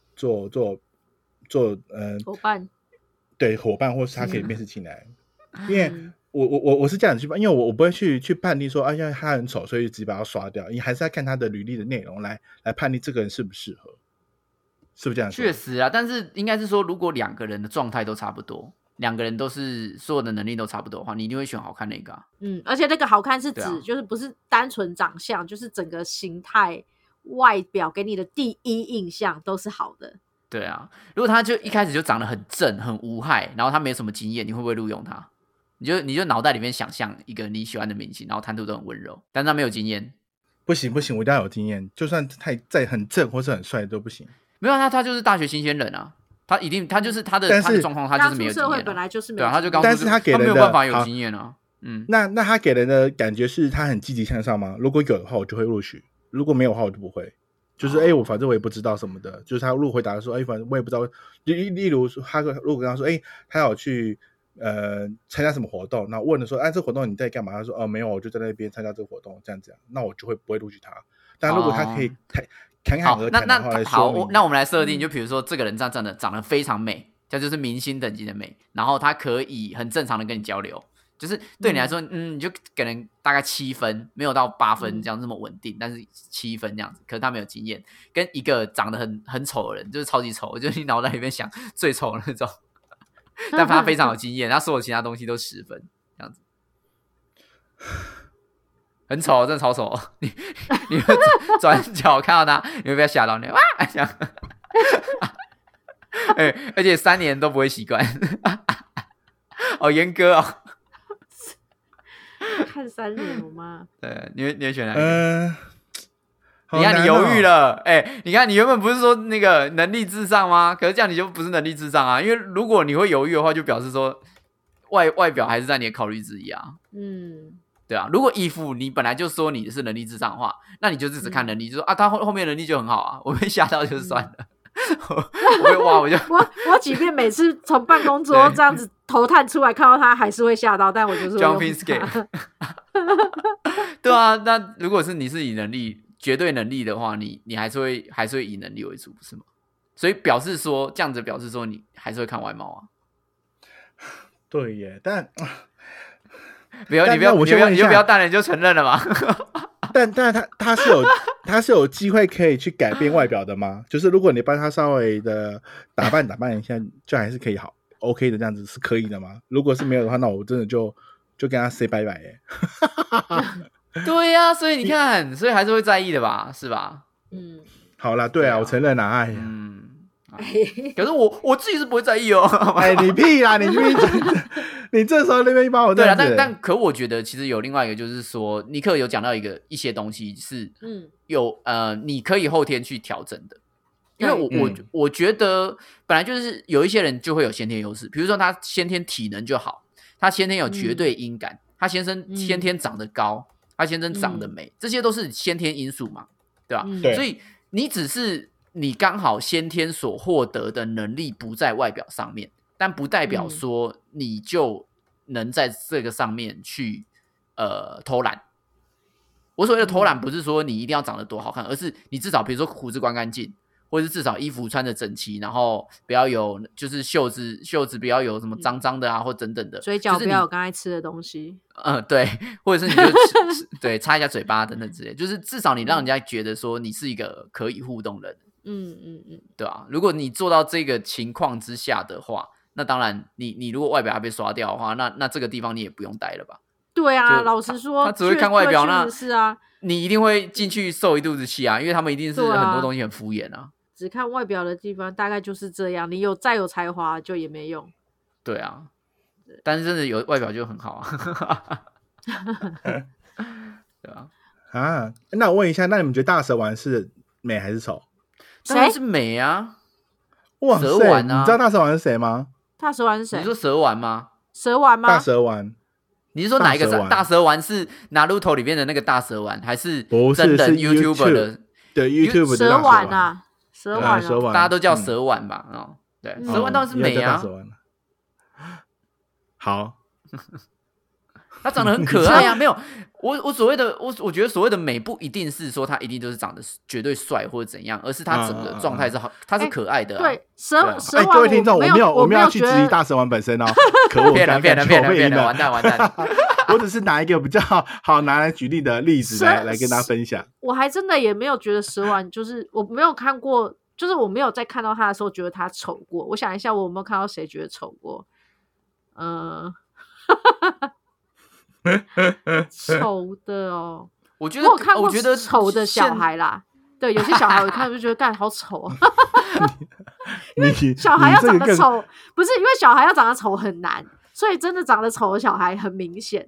伙伴， 对，伙伴，或是他可以面试进来。因为我是这样去办，因为我不会去判定说因为他很丑所以直接把他刷掉，你还是要看他的履历的内容来判定这个人适不适合，是不是这样说？ 确实啊，但是应该是说，如果2个人的状态都差不多，2个人都是所有的能力都差不多的话，你一定会选好看那个啊。 而且那个好看是指就是不是单纯长相，就是整个形态、外表给你的第一印象都是好的。 对啊，如果他就一开始就长得很正很无害，然后他没有什么经验，你会不会录用他？你就脑袋里面想象一个你喜欢的明星，然后谈吐都很温柔，但是他没有经验。 不行，我一定要有经验，就算再很正或是很帅都不行。 没有他就是大学新鲜人啊，他就是他的状况，他就是没有经验、啊。 刚出社会本来就是没有经验， 对啊，他就刚但是他给人的他没有办法有经验啊。 那他给人的感觉是他很积极向上吗？如果有的话，我就会录取；如果没有的话，我就不会。就是我反正我也不知道什么的，就是他如果回答说反正我也不知道，例如他如果跟他说他有去参加什么活动，然后问了说这活动你在干嘛？他说没有，我就在那边参加这个活动这样子，那我就不会录取他。但如果他可以侃侃而谈的话来说明， 那我们来设定，就比如说这个人长得非常美，这就是明星等级的美，然后他可以很正常的跟你交流，就是对你来说你就可能大概7分，没有到8分这样这么稳定，但是7分这样子。可是他没有经验，跟一个长得很丑的人，就是超级丑，就是你脑袋里面想最丑的那种， 但他非常有经验，他所有其他东西都10分，这样子。很丑，真的超丑。你会转角看到他，你会不要吓到你？哇，这样。而且3年都不会习惯，好严格哦。 看3年了吗？ 对，你会选哪一个？你看你犹豫了，你看你原本不是说那个能力至上吗？可是这样你就不是能力至上啊，因为如果你会犹豫的话，就表示说外表还是在你的考虑之一啊。对啊，如果if你本来就说你是能力至上的话，那你就只看能力，就说啊，他后面能力就很好啊，我被吓到就算了。 我即便每次从办公桌这样子头探出来看到他，还是会吓到，但我就是会用他。 对啊，那如果是你是以能力绝对能力的话，你还是会以能力为主，不是吗？所以表示说这样子表示说你还是会看外貌啊。 对耶，但你就不要淡了，你就承认了嘛。 但他是有机会可以去改变外表的吗？就是如果你帮他稍微的打扮一下，就还是可以好 OK 的，这样子是可以的吗？如果是没有的话，那我真的就跟他 say 拜拜耶。 对呀，所以你看，所以还是会在意的吧，是吧？ 好啦，对啊，我承认啦，哎呀。 可是我自己是不会在意哦。 你屁啦！你这时候那边一帮我这样子。 对啊，但可我觉得其实有另外一个，就是说尼克有讲到一些东西是有你可以后天去调整的，因为我觉得本来就是有一些人就会有先天优势，比如说他先天体能就好，他先天有绝对音感，他先天长得高，他先天长得美，这些都是先天因素嘛，对吧？所以你只是你刚好先天所获得的能力不在外表上面，但不代表说你就能在这个上面去偷懒。我所谓的偷懒不是说你一定要长得多好看，而是你至少比如说胡子刮干净，或是至少衣服穿得整齐，然后不要有就是袖子不要有什么脏脏的啊，或等等的， 嘴角不要有刚才吃的东西。 对，或者是你就对擦一下嘴巴等等之类，就是至少你让人家觉得说你是一个可以互动的人。对啊，如果你做到这个情况之下的话，那当然你如果外表还被刷掉的话，那这个地方你也不用待了吧？ 对啊，老实说， 他只会看外表，那是啊， 你一定会进去受一肚子气啊，因为他们一定是很多东西很敷衍啊。 只看外表的地方大概就是这样，你再有才华就也没用。 对啊，但是真的有外表就很好啊。对啊， 那我问一下，那你们觉得大蛇丸是美还是丑？ 当然是美啊！ 哇塞， 蛇丸啊， 你知道大蛇丸是谁吗？ 大蛇丸是谁？ 你说蛇丸吗？ 蛇丸吗？ 大蛇丸。 你是说哪一个大蛇丸是 Naruto 里面的那个大蛇丸，还是真人 YouTuber 的？ 对 YouTube 的蛇丸啊，蛇丸， 大家都叫蛇丸吧？对，蛇丸当然是美啊。 好， 他长得很可爱啊，没有我所谓的我觉得所谓的美不一定是说他一定就是长得绝对帅或者怎样，而是他整个状态是好，他是可爱的。 对，蛇丸， 各位听众，我没有去质疑大蛇丸本身哦，可恶， 骗人，完蛋！ 我只是拿一个比较好拿来举例的例子来跟大家分享。 我还真的也没有觉得蛇丸就是我没有看过，就是我没有在看到他的时候觉得他丑过。我想一下，我有没有看到谁觉得丑过？丑的哦， 我觉得我有看过丑的小孩啦。对，有些小孩我看就觉得干好丑啊。因为小孩要长得丑，不是因为小孩要长得丑很难，所以真的长得丑的小孩很明显。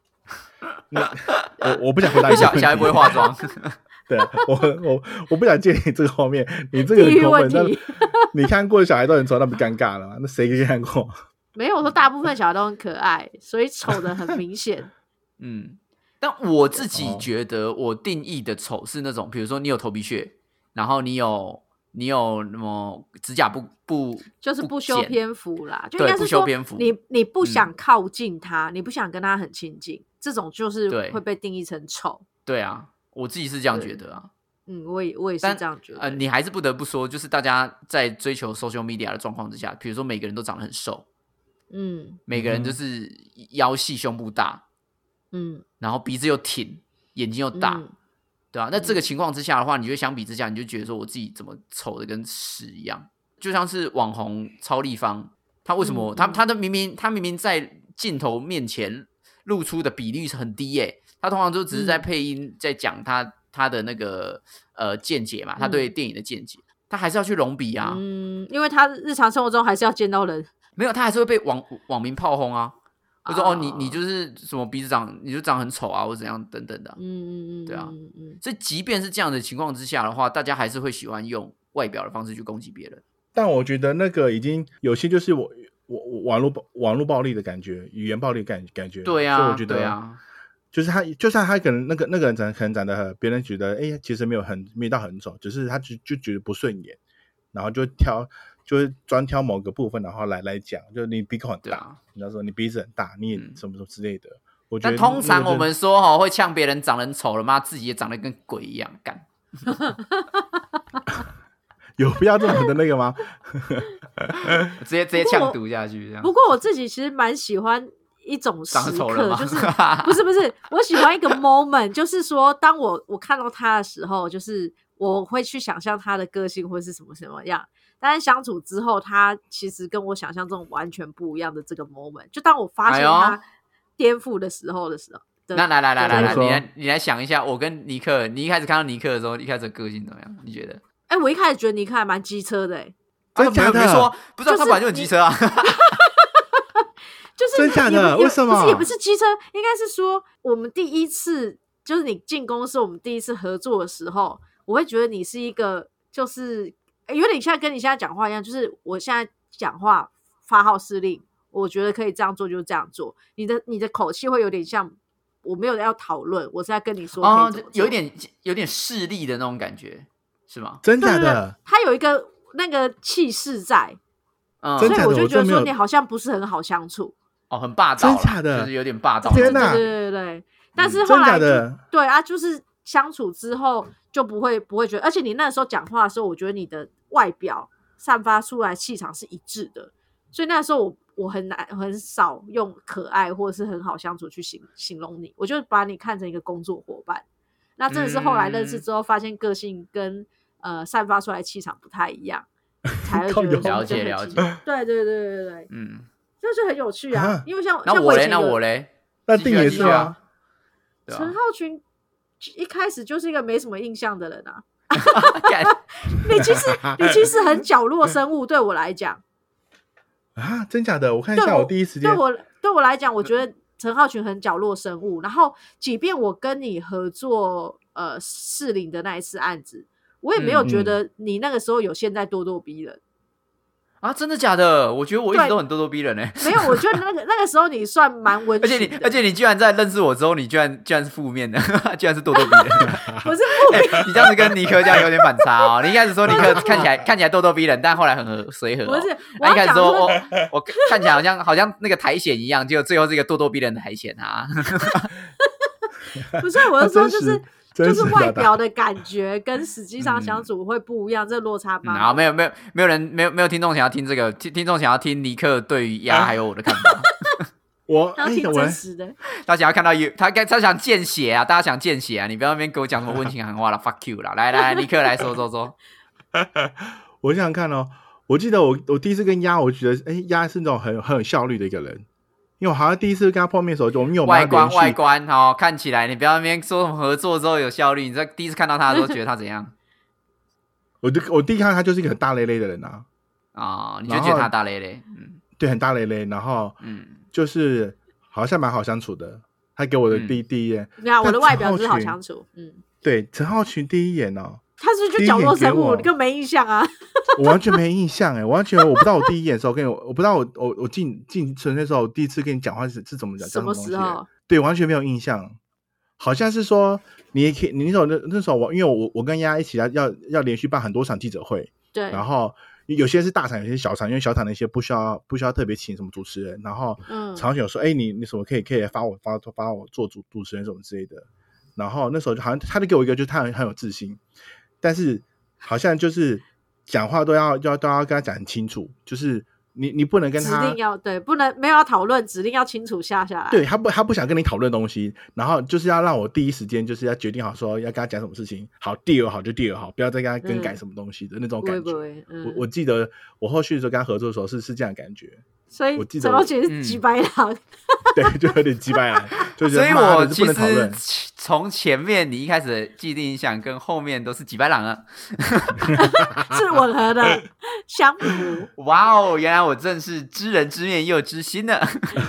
我不想回答小孩不会化妆。 对，我不想借你这个画面，你这个很过分。你看过的小孩都很丑，那不尴尬了吗？那谁看过？ 没有，我说大部分小孩都很可爱，所以丑的很明显。 但我自己觉得，我定义的丑是那种，比如说你有头皮屑，然后你有什么指甲不就是不修边幅啦，就应该是说你不想靠近他，你不想跟他很亲近，这种就是会被定义成丑。 对啊，我自己是这样觉得啊。 我也是这样觉得。 你还是不得不说，就是大家在追求 social media 的状况之下，比如说每个人都长得很瘦。每个人就是腰细胸部大，然后鼻子又挺，眼睛又大，对吧？那这个情况之下的话，你就相比之下，你就觉得说我自己怎么丑的跟屎一样。就像是网红超立方， 他为什么他明明在镜头面前露出的比例是很低耶，他通常都只是在配音在讲他的那个见解嘛，他对电影的见解，他还是要去隆鼻啊， 因为他日常生活中还是要见到人， 没有他还是会被网民炮轰啊，就说你就是什么鼻子你就长很丑啊，或怎样等等的，对啊，所以即便是这样的情况之下的话，大家还是会喜欢用外表的方式去攻击别人。 但我觉得那个已经有些就是我网络暴力的感觉，语言暴力的感觉。 对啊， 所以我觉得对啊， 就是他，就算他可能那个人可能长得别人觉得其实没有到很丑，只是他就觉得不顺眼，然后就是专挑某个部分，然后来讲，就是你鼻孔很大，你要说你鼻子很大，你也什么什么之类的。我觉得但通常我们说会呛别人长得很丑了吗？自己也长得跟鬼一样干。 有必要这么的那个吗？ 直接呛毒下去这样。 不过我自己其实蛮喜欢一种时刻，就是不是，我喜欢一个 moment， 就是说当我看到他的时候，就是我会去想象他的个性会是什么样，但是相处之后，他其实跟我想象中完全不一样的这个 moment， 就当我发现他颠覆的时候。 那来，你来想一下，我跟尼克，你一开始看到尼克的时候，一开始的个性怎么样？你觉得？ 我一开始觉得尼克还蛮机车的真的假的？ 没说，不知道他本来就很机车啊。 就是真假的？为什么？ 也不是机车，应该是说我们第一次，就是你进公司，我们第一次合作的时候，我会觉得你是一个，就是有点像跟你现在讲话一样，就是我现在讲话发号施令，我觉得可以这样做就这样做。你的口气会有点像我没有要讨论，我是在跟你说有点势利的那种感觉。是吗？ 真假的？ 他有一个那个气势在， 所以我就觉得说你好像不是很好相处。 很霸道， 真假的？ 就是有点霸道。 天哪！ 对。但是后来对啊，就是相处之后就不会觉得，而且你那时候讲话的时候，我觉得你的外表散发出来气场是一致的，所以那时候我很少用可爱或者是很好相处去形容你，我就把你看成一个工作伙伴。那真的是后来认识之后，发现个性跟散发出来的气场不太一样，才会觉得了解。 对，这就很有趣啊。因为像我嘞， 那定也是啊。 陈浩群一开始就是一个没什么印象的人啊。你其实很角落生物，对我来讲啊，真假的？我看一下，我第一时间对我来讲，我觉得陈浩群很角落生物。然后，即便我跟你合作士林的那一次案子，我也没有觉得你那个时候有现在咄咄逼人啊！真的假的？我觉得我一直都很咄咄逼人没有，我觉得那个时候你算蛮温驯的， 而且你居然在认识我之后，你居然是负面的，居然是咄咄逼人。 不是负面， 你这样子跟尼克这样有点反差哦。你一开始说尼克看起来咄咄逼人，但后来很随和。 不是， 一开始说我看起来好像那个苔藓一样，结果最后是一个咄咄逼人的苔藓啊。 不是，我是说就是外表的感觉跟实际上相处会不一样，这落差蛮大。 没有人没有听众想要听这个，听众想要听尼克对于鸭还有我的看法。 他要听真实的， 他想要看到他想见血啊，大家想见血啊，你不要那边给我讲什么温情喊话了，fuck you 啦！来，尼克来说。 我想想看哦，我记得我第一次跟鸭，我觉得鸭是那种很有效率的一个人。因为我好像第一次跟他碰面的时候，我们有外观看起来，你不要那边说什么合作之后有效率。你在第一次看到他的时候，觉得他怎样？ 我第一看到他就是一个很大咧咧的人啊。 你就觉得他大咧咧？ 对，很大咧咧，然后就是好像蛮好相处的。他给我的第一眼， 我的外表就是好相处。 对，陈浩群第一眼哦。 他是不是就角落生物？你根本没印象啊！ 我完全没印象我完全我不知道我第一眼的时候我不知道我进城那时候第一次跟你讲话是怎么讲， 什么时候？ 对，完全没有印象。好像是说你也可以，你那时候因为我跟丫一起要连续办很多场记者会， 对， 然后有些是大场，有些是小场，因为小场那些不需要特别请什么主持人，然后常有说你什么可以发我做主持人什么之类的。然后那时候就好像他就给我一个，就是他很有自信。但是好像就是讲话都要跟他讲很清楚，就是你不能跟他指定要对，不能没有要讨论，指定要清楚下来。 对，他不想跟你讨论东西，然后就是要让我第一时间就是要决定好说要跟他讲什么事情，好第二好就第二好，不要再跟他更改什么东西的那种感觉。我记得我后续的时候跟他合作的时候是这样的感觉， 所以陈龙姐是几白狼， 对，就有点几白狼，就觉得所以我其实从前面你一开始的既定印象跟后面都是几白狼啊， 是吻合的，相符。 哇哦，原来我正是知人知面又知心呢。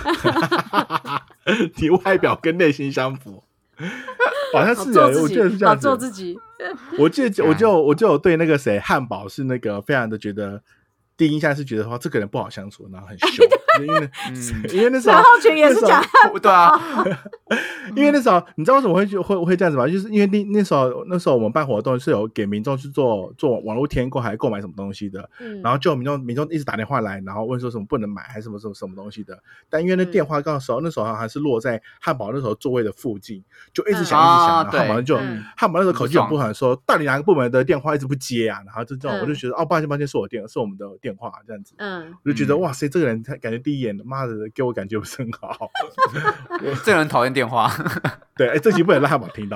你外表跟内心相符。好像是我记得是这样子。 做自己。 我记得我就有对那个谁汉堡是那个非常的觉得第一印象是觉得说这个人不好相处，然后很凶，因为那时候陈浩群也是讲汉堡， 对啊， 因为那时候你知道为什么会这样子吗？就是因为那时候我们办活动是有给民众去做网络添购还购买什么东西的，然后就民众一直打电话来，然后问说什么不能买还是什么东西的，但因为那电话那时候还是落在汉堡那时候座位的附近，就一直响，然后汉堡那时候口气很不好，说到底哪个部门的电话一直不接啊，然后就这种我就觉得抱歉是我们的电话这样子，我就觉得哇塞，这个人感觉第一眼妈的给我感觉不是很好， 这个人讨厌电话， 对，这集不能让汉堡听到，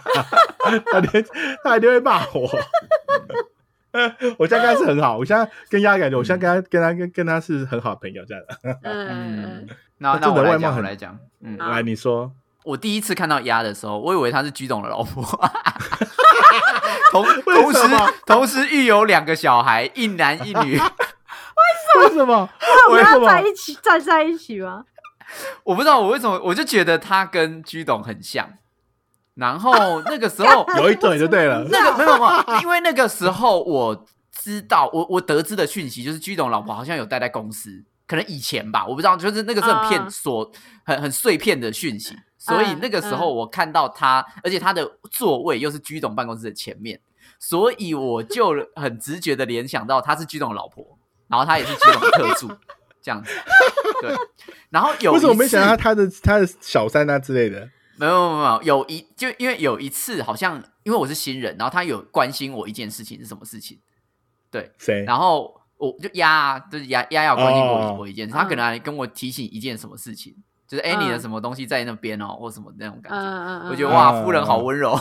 他一定会骂我。我现在跟他是很好，我现在跟丫感觉，我现在跟他是很好的朋友这样的。 那我来讲， 来你说， 我第一次看到丫的时候，我以为她是居董的老婆。同时育有2个小孩，一男一女。 为什么？ 我们要站在一起吗？ 我不知道我为什么，我就觉得他跟居董很像。然后那个时候有一对就对了， 没有，因为那个时候我知道，我得知的讯息就是居董老婆好像有待在公司，可能以前吧，我不知道，就是那个是很碎片的讯息。所以那个时候我看到他，而且他的座位又是居董办公室的前面，所以我就很直觉的联想到他是居董的老婆，然后他也是居董的特助，这样子。对，然后有一次为什么没想到他的小三啊之类的？ 没有，就因为有一次好像因为我是新人，然后他有关心我一件事情是什么事情？对， 谁？ 然后我就丫要关心我一件事，他可能还跟我提醒一件什么事情。就是你的什么东西在那边哦，或什么那种感觉，我觉得哇，夫人好温柔，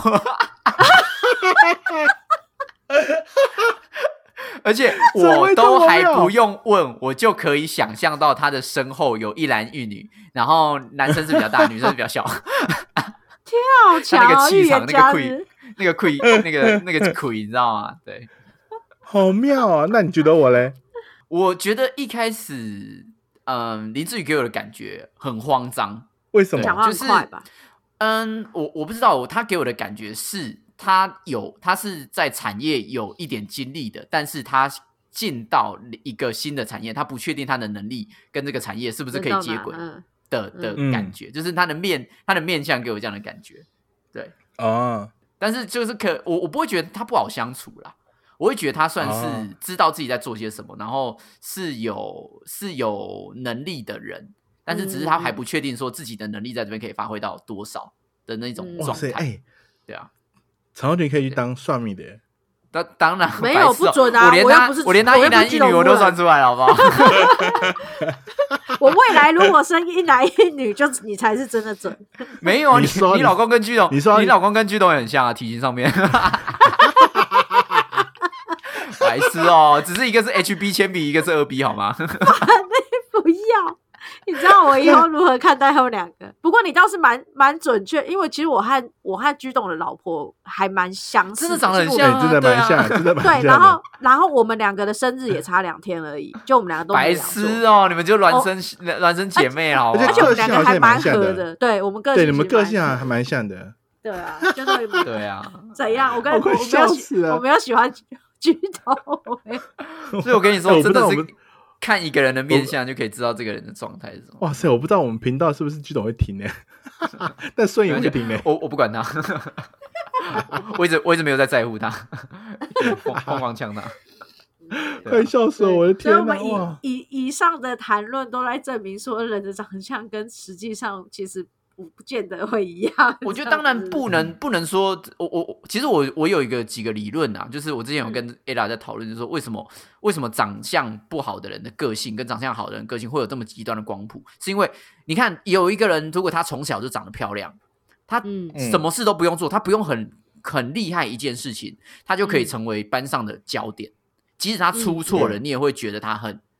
而且我都还不用问，我就可以想象到他的身后有一男一女，然后男生是比较大，女生是比较小。 天啊，好强！ 那个气场，那个亏，你知道吗？对， 好妙啊！那你觉得我嘞？ 我觉得一开始。林志宇给我的感觉很慌张， 为什么？ 讲话很快吧？ 我不知道，他给我的感觉是他是在产业有一点经历的，但是他进到一个新的产业，他不确定他的能力跟这个产业是不是可以接轨的感觉，就是他的面相给我这样的感觉，对但是就是我不会觉得他不好相处啦。我会觉得他算是知道自己在做些什么，然后是有能力的人，但是只是他还不确定说自己的能力在这边可以发挥到多少的那种状态。对啊， 陈浩群可以去当算命的耶。 当然没有不准啊！ 我连他一男一女我都算出来了，好不好？ 我未来如果生一男一女，就你才是真的准。 没有啊，你老公跟居董，你老公跟居董也很像啊，体型上面。白痴哦，只是一个是 HB 铅笔，一个是2B 好吗？ 不要，你知道我以后如何看待他们2个？不过你倒是蛮准确，因为其实我和居董的老婆还蛮相似， 真的长得很像， 真的蛮像，真的蛮像。 对，然后我们2个的生日也差2天而已，就我们2个都白痴哦，你们就孪生姐妹好吗？ 而且我们2个还蛮合的，对我们个性， 对你们个性还蛮像的。 对啊，就是对啊， 怎样？我没有喜欢居董， 所以我跟你说，真的是看一个人的面相就可以知道这个人的状态是什么。 哇塞，我不知道我们频道是不是居董会听呢？但孙颖会听呢。 我不管他，我一直没有在乎他，疯狂呛他， 快笑死我的天哪！ 所以我们以上的谈论都来证明说，人的长相跟实际上其实不见得会一样。 我觉得当然不能说，其实我有几个理论啊，就是我之前有跟 Ella 在讨论，就是说为什么长相不好的人的个性跟长相好的人的个性会有这么极端的光谱，是因为你看有一个人如果他从小就长得漂亮，他什么事都不用做，他不用很厉害一件事情，他就可以成为班上的焦点，即使他出错了，你也会觉得他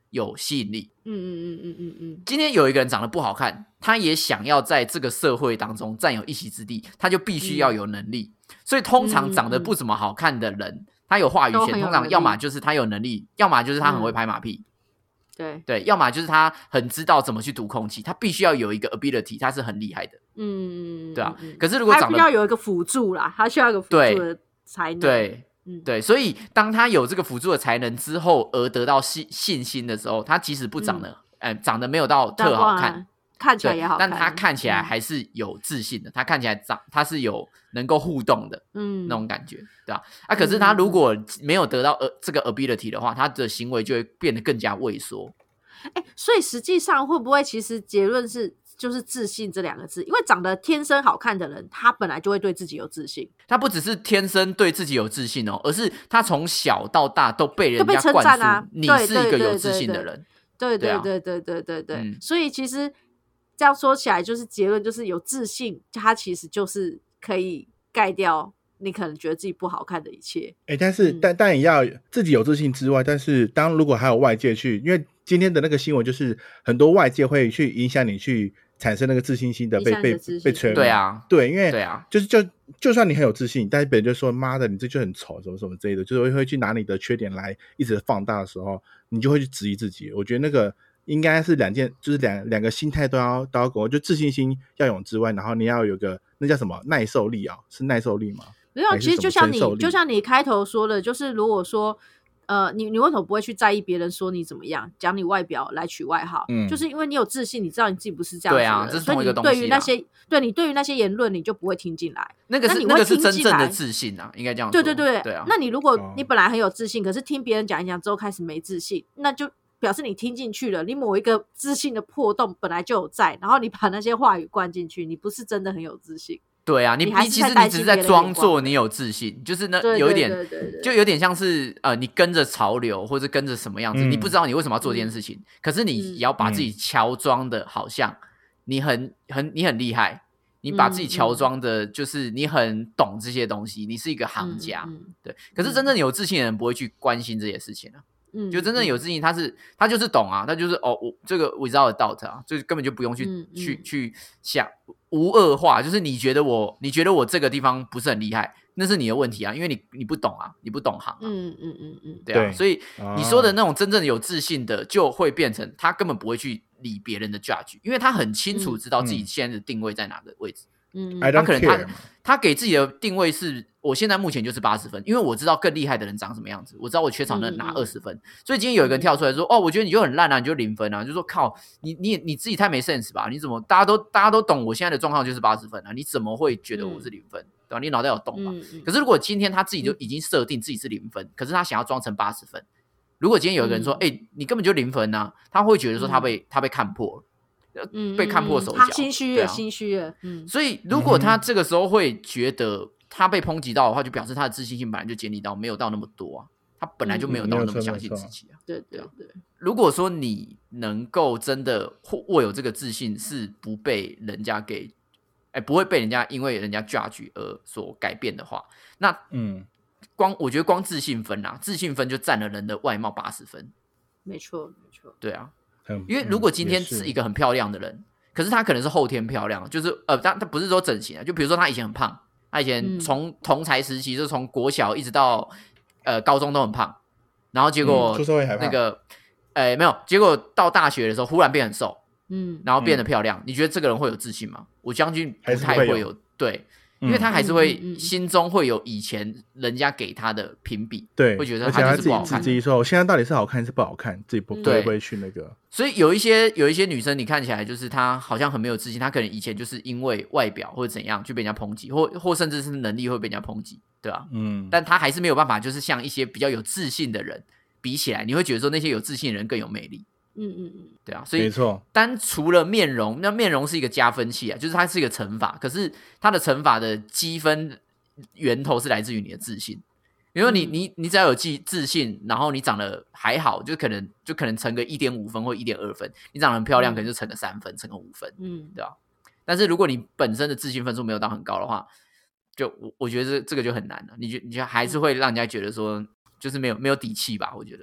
有吸引力。今天有一个人长得不好看，他也想要在这个社会当中占有一席之地，他就必须要有能力。所以通常长得不怎么好看的人，他有话语权，通常要么就是他有能力，要么就是他很会拍马屁。对，要么就是他很知道怎么去读空气，他必须要有一个 ability， 他是很厉害的。对啊。可是如果长得， 他需要有一个辅助啦，他需要一个辅助的才能。 对，所以当他有这个辅助的才能之后，而得到信心的时候，他即使不长得，长得没有到特好看， 看起来也好看， 但他看起来还是有自信的，他看起来他是有能够互动的，那种感觉，对吧？可是他如果没有得到这个 ability 的话，他的行为就会变得更加畏缩。 所以实际上会不会其实结论是就是自信这两个字？因为长得天生好看的人，他本来就会对自己有自信。 他不只是天生对自己有自信而是他从小到大都被人家灌输，你是一个有自信的人。 对，所以其实这样说起来，就是结论就是有自信，他其实就是可以盖掉你可能觉得自己不好看的一切。 但是但也要自己有自信之外，但是如果还有外界去，因为今天的那个新闻就是很多外界会去影响你去产生那个自信心的被摧毁。 对啊， 对，因为对啊， 就算你很有自信，但是别人就说妈的你这就很丑什么什么之类的，就是会去拿你的缺点来一直放大的时候，你就会去质疑自己。我觉得那个应该是两件，就是两个心态都要够，就自信心要有之外，然后你要有个那叫什么耐受力啊？是耐受力吗？ 没有，其实就像你开头说的，就是如果说你为什么不会去在意别人说你怎么样，讲你外表来取外号？就是因为你有自信，你知道你自己不是这样子的。 对啊，这是同一个东西。 所以你对于那些言论，你就不会听进来。 那个是真正的自信啊，应该这样说。 对啊。那你如果你本来很有自信，可是听别人讲一讲之后开始没自信，那就表示你听进去了，你某一个自信的破洞本来就有在，然后你把那些话语灌进去，你不是真的很有自信。 对啊，你其实你只是在装作你有自信，就是有一点，就有点像是你跟着潮流或者跟着什么样子，你不知道你为什么要做这件事情，可是你也要把自己乔装的好像你很厉害，你把自己乔装的就是你很懂这些东西，你是一个行家，对。可是真正有自信的人不会去关心这些事情啊。就真正有自信，他就是懂啊，他就是我这个 without a doubt 啊，就是根本就不用去想无恶化，就是你觉得我这个地方不是很厉害，那是你的问题啊，因为你不懂啊，你不懂行啊，对啊，所以你说的那种真正有自信的，就会变成他根本不会去理别人的 judge， 因为他很清楚知道自己现在的定位在哪个位置。他可能他给自己的定位是我现在目前就是80分，因为我知道更厉害的人长什么样子，我知道我缺少能拿20分，所以今天有一个人跳出来说我觉得你就很烂啊，你就0分啊，就说靠你自己太没 sense 吧，你怎么大家都懂我现在的状况就是80分啊，你怎么会觉得我是0分，对吧？你脑袋有洞吧？可是如果今天他自己就已经设定自己是0分，可是他想要装成80分，如果今天有一个人说你根本就0分啊，他会觉得说他被看破了，被看破手脚， 他心虚了， 所以如果他这个时候会觉得他被抨击到的话，就表示他的自信心本来就建立到没有到那么多啊，他本来就没有到那么相信自己啊。 对。 如果说你能够真的握有这个自信，是不被人家不会被人家因为人家 judge 而所改变的话，那我觉得光自信分啊，自信分就占了人的外貌80分。 没错。 对啊。因为如果今天是一个很漂亮的人，可是他可能是后天漂亮，就是他不是说整形啊，就比如说他以前很胖，他以前从同才时期就从国小一直到高中都很胖，然后结果出社会还胖， 那个没有，结果到大学的时候忽然变很瘦，然后变得漂亮，你觉得这个人会有自信吗？我相信不太会有，对。因为他还是会心中会有以前人家给他的评比， 对， 会觉得他就是不好看， 自己说我现在到底是好看还是不好看，自己不会去那个。 所以有一些女生，你看起来就是她好像很没有自信，她可能以前就是因为外表或者怎样去被人家抨击，或甚至是能力会被人家抨击，对吧？但她还是没有办法，就是像一些比较有自信的人比起来，你会觉得说那些有自信的人更有魅力。对啊，所以没错。 除了面容，那面容是一个加分器啊，就是它是一个乘法，可是它的乘法的积分源头是来自于你的自信。因为你只要有自信，然后你长得还好，就可能乘个 1.5 分或 1.2 分，你长得很漂亮，可能就乘个3分，乘个5分，对吧？但是如果你本身的自信分数没有到很高的话，就我觉得这个就很难了。你就还是会让人家觉得说，就是没有底气吧？我觉得。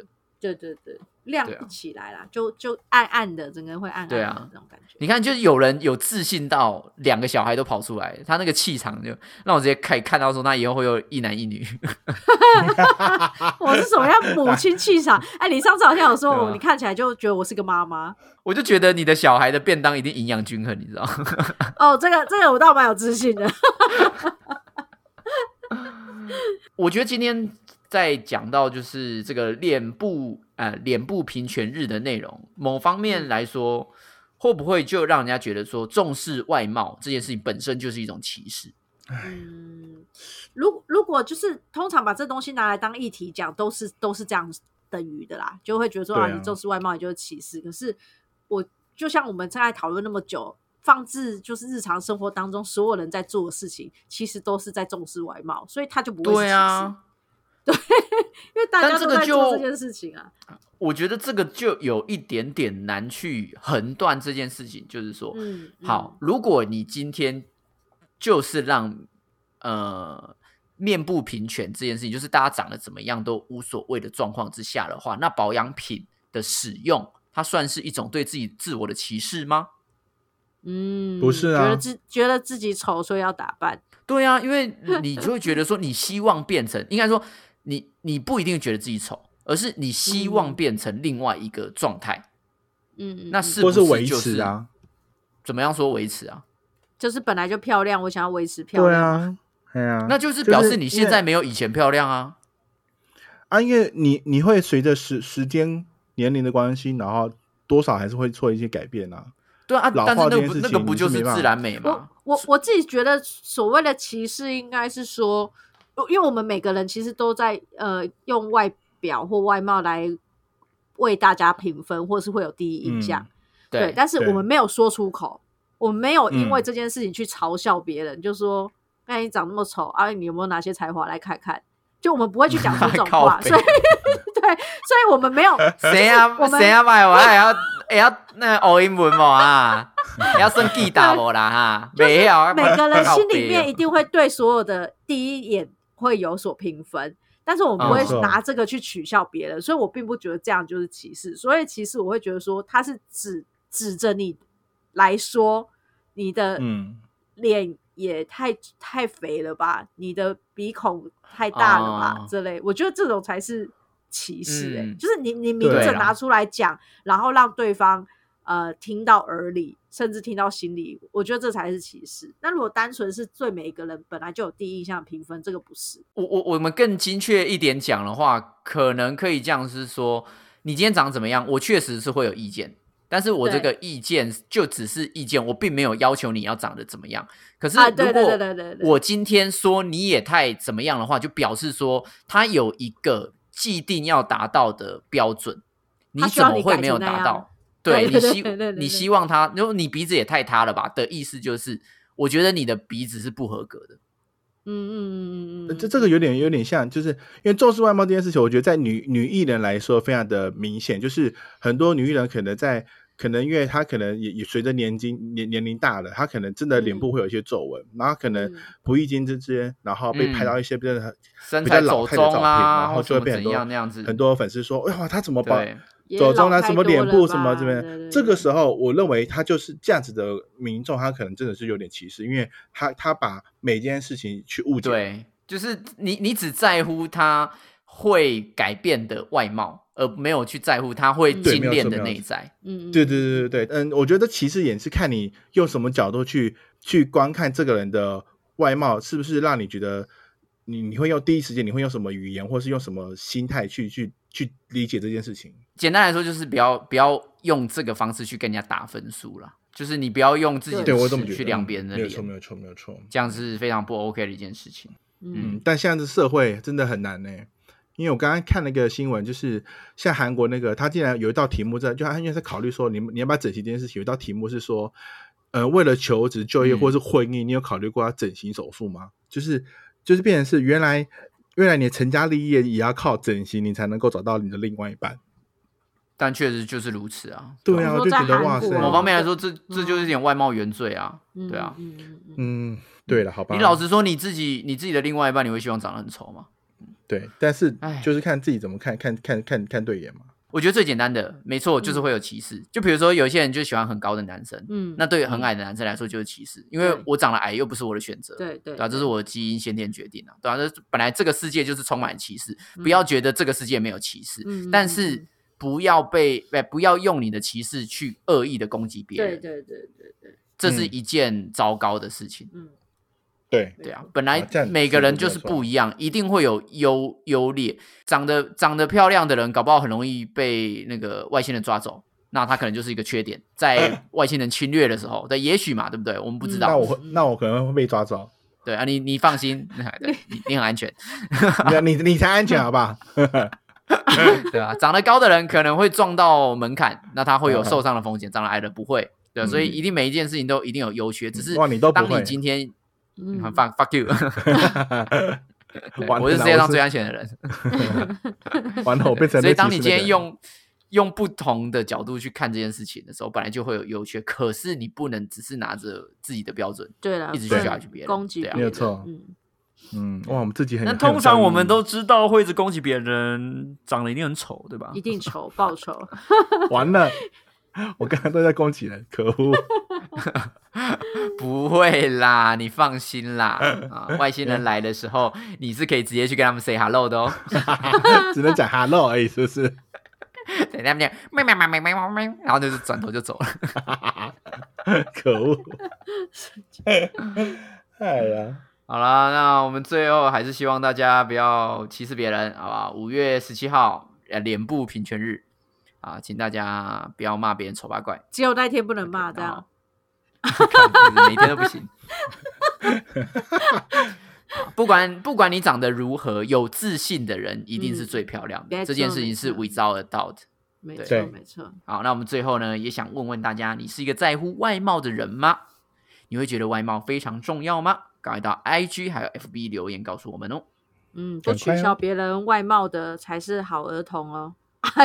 对，亮不起来啦，就暗暗的，整个人会暗暗的那种感觉。 你看，就是有人有自信到2个小孩都跑出来，他那个气场就让我直接看到说他以后会有一男一女。 我是什么样母亲气场？你上次好像有说你看起来就觉得我是个妈妈， 我就觉得你的小孩的便当一定营养均衡，你知道吗？ 这个我倒蛮有自信的。 我觉得今天在讲到就是这个脸部平权日的内容，某方面来说，会不会就让人家觉得说重视外貌这件事情本身就是一种歧视？ 如果就是通常把这东西拿来当议题讲，都是这样等于的啦，就会觉得说你重视外貌也就是歧视。可是就像我们在讨论那么久，放置就是日常生活当中所有人在做的事情，其实都是在重视外貌，所以他就不会是歧视。对，因为大家都在做这件事情啊。 我觉得这个就有一点点难去横断这件事情，就是说，好，如果你今天就是让面部平权这件事情，就是大家长得怎么样都无所谓的状况之下的话，那保养品的使用，它算是一种对自我的歧视吗？ 不是啊， 觉得自己丑所以要打扮。 对啊，因为你就会觉得说，你希望变成，应该说你不一定觉得自己丑，而是你希望变成另外一个状态。那是不是或是维持啊？ 怎么样说维持啊？ 就是本来就漂亮，我想要维持漂亮。 对啊， 那就是表示你现在没有以前漂亮啊。 因为你会随着时间年龄的关系，然后多少还是会做一些改变啊。 对啊，但是那个不就是自然美吗？ 我自己觉得所谓的歧视应该是说，因为我们每个人其实都在用外表或外貌来为大家评分，或是会有第一印象。对，但是我们没有说出口，我们没有因为这件事情去嘲笑别人，就说你长那么丑啊，你有没有哪些才华来看看？就我们不会去讲出这种话，所以对，所以我们没有谁啊买我也要那欧英文嘛啊，也要升记大我啦哈，没有， 每个人心里面一定会对所有的第一眼会有所评分，但是我们不会拿这个去取笑别人，所以我并不觉得这样就是歧视。所以其实我会觉得说，他是指着你来说，你的脸也太肥了吧，你的鼻孔太大了吧，这类，我觉得这种才是歧视。就是你明着拿出来讲，然后让对方听到耳里，甚至听到心里，我觉得这才是歧视。那如果单纯是对每一个人本来就有第一印象评分，这个不是。 我们更精确一点讲的话，可能可以这样是说，你今天长怎么样，我确实是会有意见，但是我这个意见就只是意见，我并没有要求你要长得怎么样。可是如果我今天说你也太怎么样的话，就表示说他有一个既定要达到的标准，你怎么会没有达到？对，你希望他，如果你鼻子也太塌了吧的意思就是，我觉得你的鼻子是不合格的。 这个有点像，就是因为重视外貌这件事情，我觉得在女艺人来说非常的明显，就是很多女艺人可能因为她可能也随着年龄大了，她可能真的脸部会有一些皱纹，然后可能不意间之间，然后被拍到一些比较老态的照片，然后就会被很多粉丝说，哇，她怎么把走中什么脸部什么这边，这个时候我认为他就是这样子的民众，他可能真的是有点歧视，因为他把每件事情去误解。 对，就是你只在乎他会改变的外貌，而没有去在乎他会精炼的内在。 对，我觉得歧视也是看你用什么角度去观看这个人的外貌，是不是让你觉得你会用第一时间你会用什么语言，或是用什么心态去理解这件事情。 简单来说就是不要用这个方式去跟人家打分数啦，就是你不要用自己的尺去量别人的脸。 没有错， 这样是非常不 OK 的一件事情。 但现在的社会真的很难因为我刚刚看了一个新闻，就是像韩国那个，他竟然有一道题目就他因为在考虑说你要不要整形这件事情，有一道题目是说为了求职就业或是婚姻，你有考虑过要整形手术吗？就是变成是原来你成家立业也要靠整形，你才能够找到你的另外一半。 但确实就是如此啊。 对啊，我就觉得哇塞， 某方面来说，这就是一点外貌原罪啊。对啊， 对了，好吧。 你老实说，你自己的另外一半，你会希望长得很丑吗？ 对，但是就是看自己怎么看对眼嘛。 我觉得最简单的，没错，就是会有歧视。就比如说，有些人就喜欢很高的男生，那对于很矮的男生来说就是歧视，因为我长得矮又不是我的选择， 对啊，这是我的基因先天决定的，对啊，本来这个世界就是充满歧视，不要觉得这个世界没有歧视，但是不要用你的歧视去恶意的攻击别人，对，这是一件糟糕的事情。对啊，本来每个人就是不一样，一定会有优劣。长得漂亮的人，搞不好很容易被那个外星人抓走，那他可能就是一个缺点，在外星人侵略的时候，对，也许嘛，对不对？我们不知道。 那我可能会被抓走。 对啊，你放心，你很安全。 你才安全，好不好？ 对啊，长得高的人可能会撞到门槛，那他会有受伤的风险；长得矮的不会。对啊，所以一定每一件事情都一定有优缺，只是当你今天fuck you 我是世界上最安全的人完了，我变成所以当你今天用不同的角度去看这件事情的时候，本来就会有优缺，可是你不能只是拿着自己的标准对啦， 一直去下去别人攻击别人， 没有错。哇，我们自己很。 那通常我们都知道会一直攻击别人，长得一定很丑，对吧？ 一定丑，爆丑。 完了，我刚刚都在攻击人，可恶！ 不会啦，你放心啦。外星人来的时候，你是可以直接去跟他们 say hello 的哦。 只能讲 hello 而已，是不是？ 对，他们讲然后就是转头就走了。 可恶！哎呀。 好啦，那我们最后还是希望大家不要歧视别人，好吧？5月17号，脸部平权日啊，请大家不要骂别人丑八怪， 只有那天不能骂，这样。 每天都不行。不管你长得如何，有自信的人一定是最漂亮的。这件事情是 without a doubt。 没错，没错。 好，那我们最后呢，也想问问大家，你是一个在乎外貌的人吗？你会觉得外貌非常重要吗？赶快到 IG 还有 FB 留言告诉我们哦。 不取笑别人外貌的才是好儿童哦。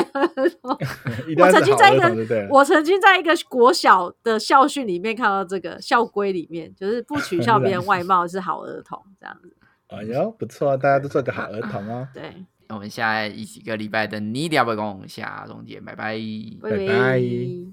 我曾经在一个国小的校训里面看到这个校规里面，就是不取笑别人外貌是好儿童这样子。 哎呦，不错，大家都做个好儿童哦。 对， 我们下一个礼拜的你聊不公下中见，拜拜， 拜拜。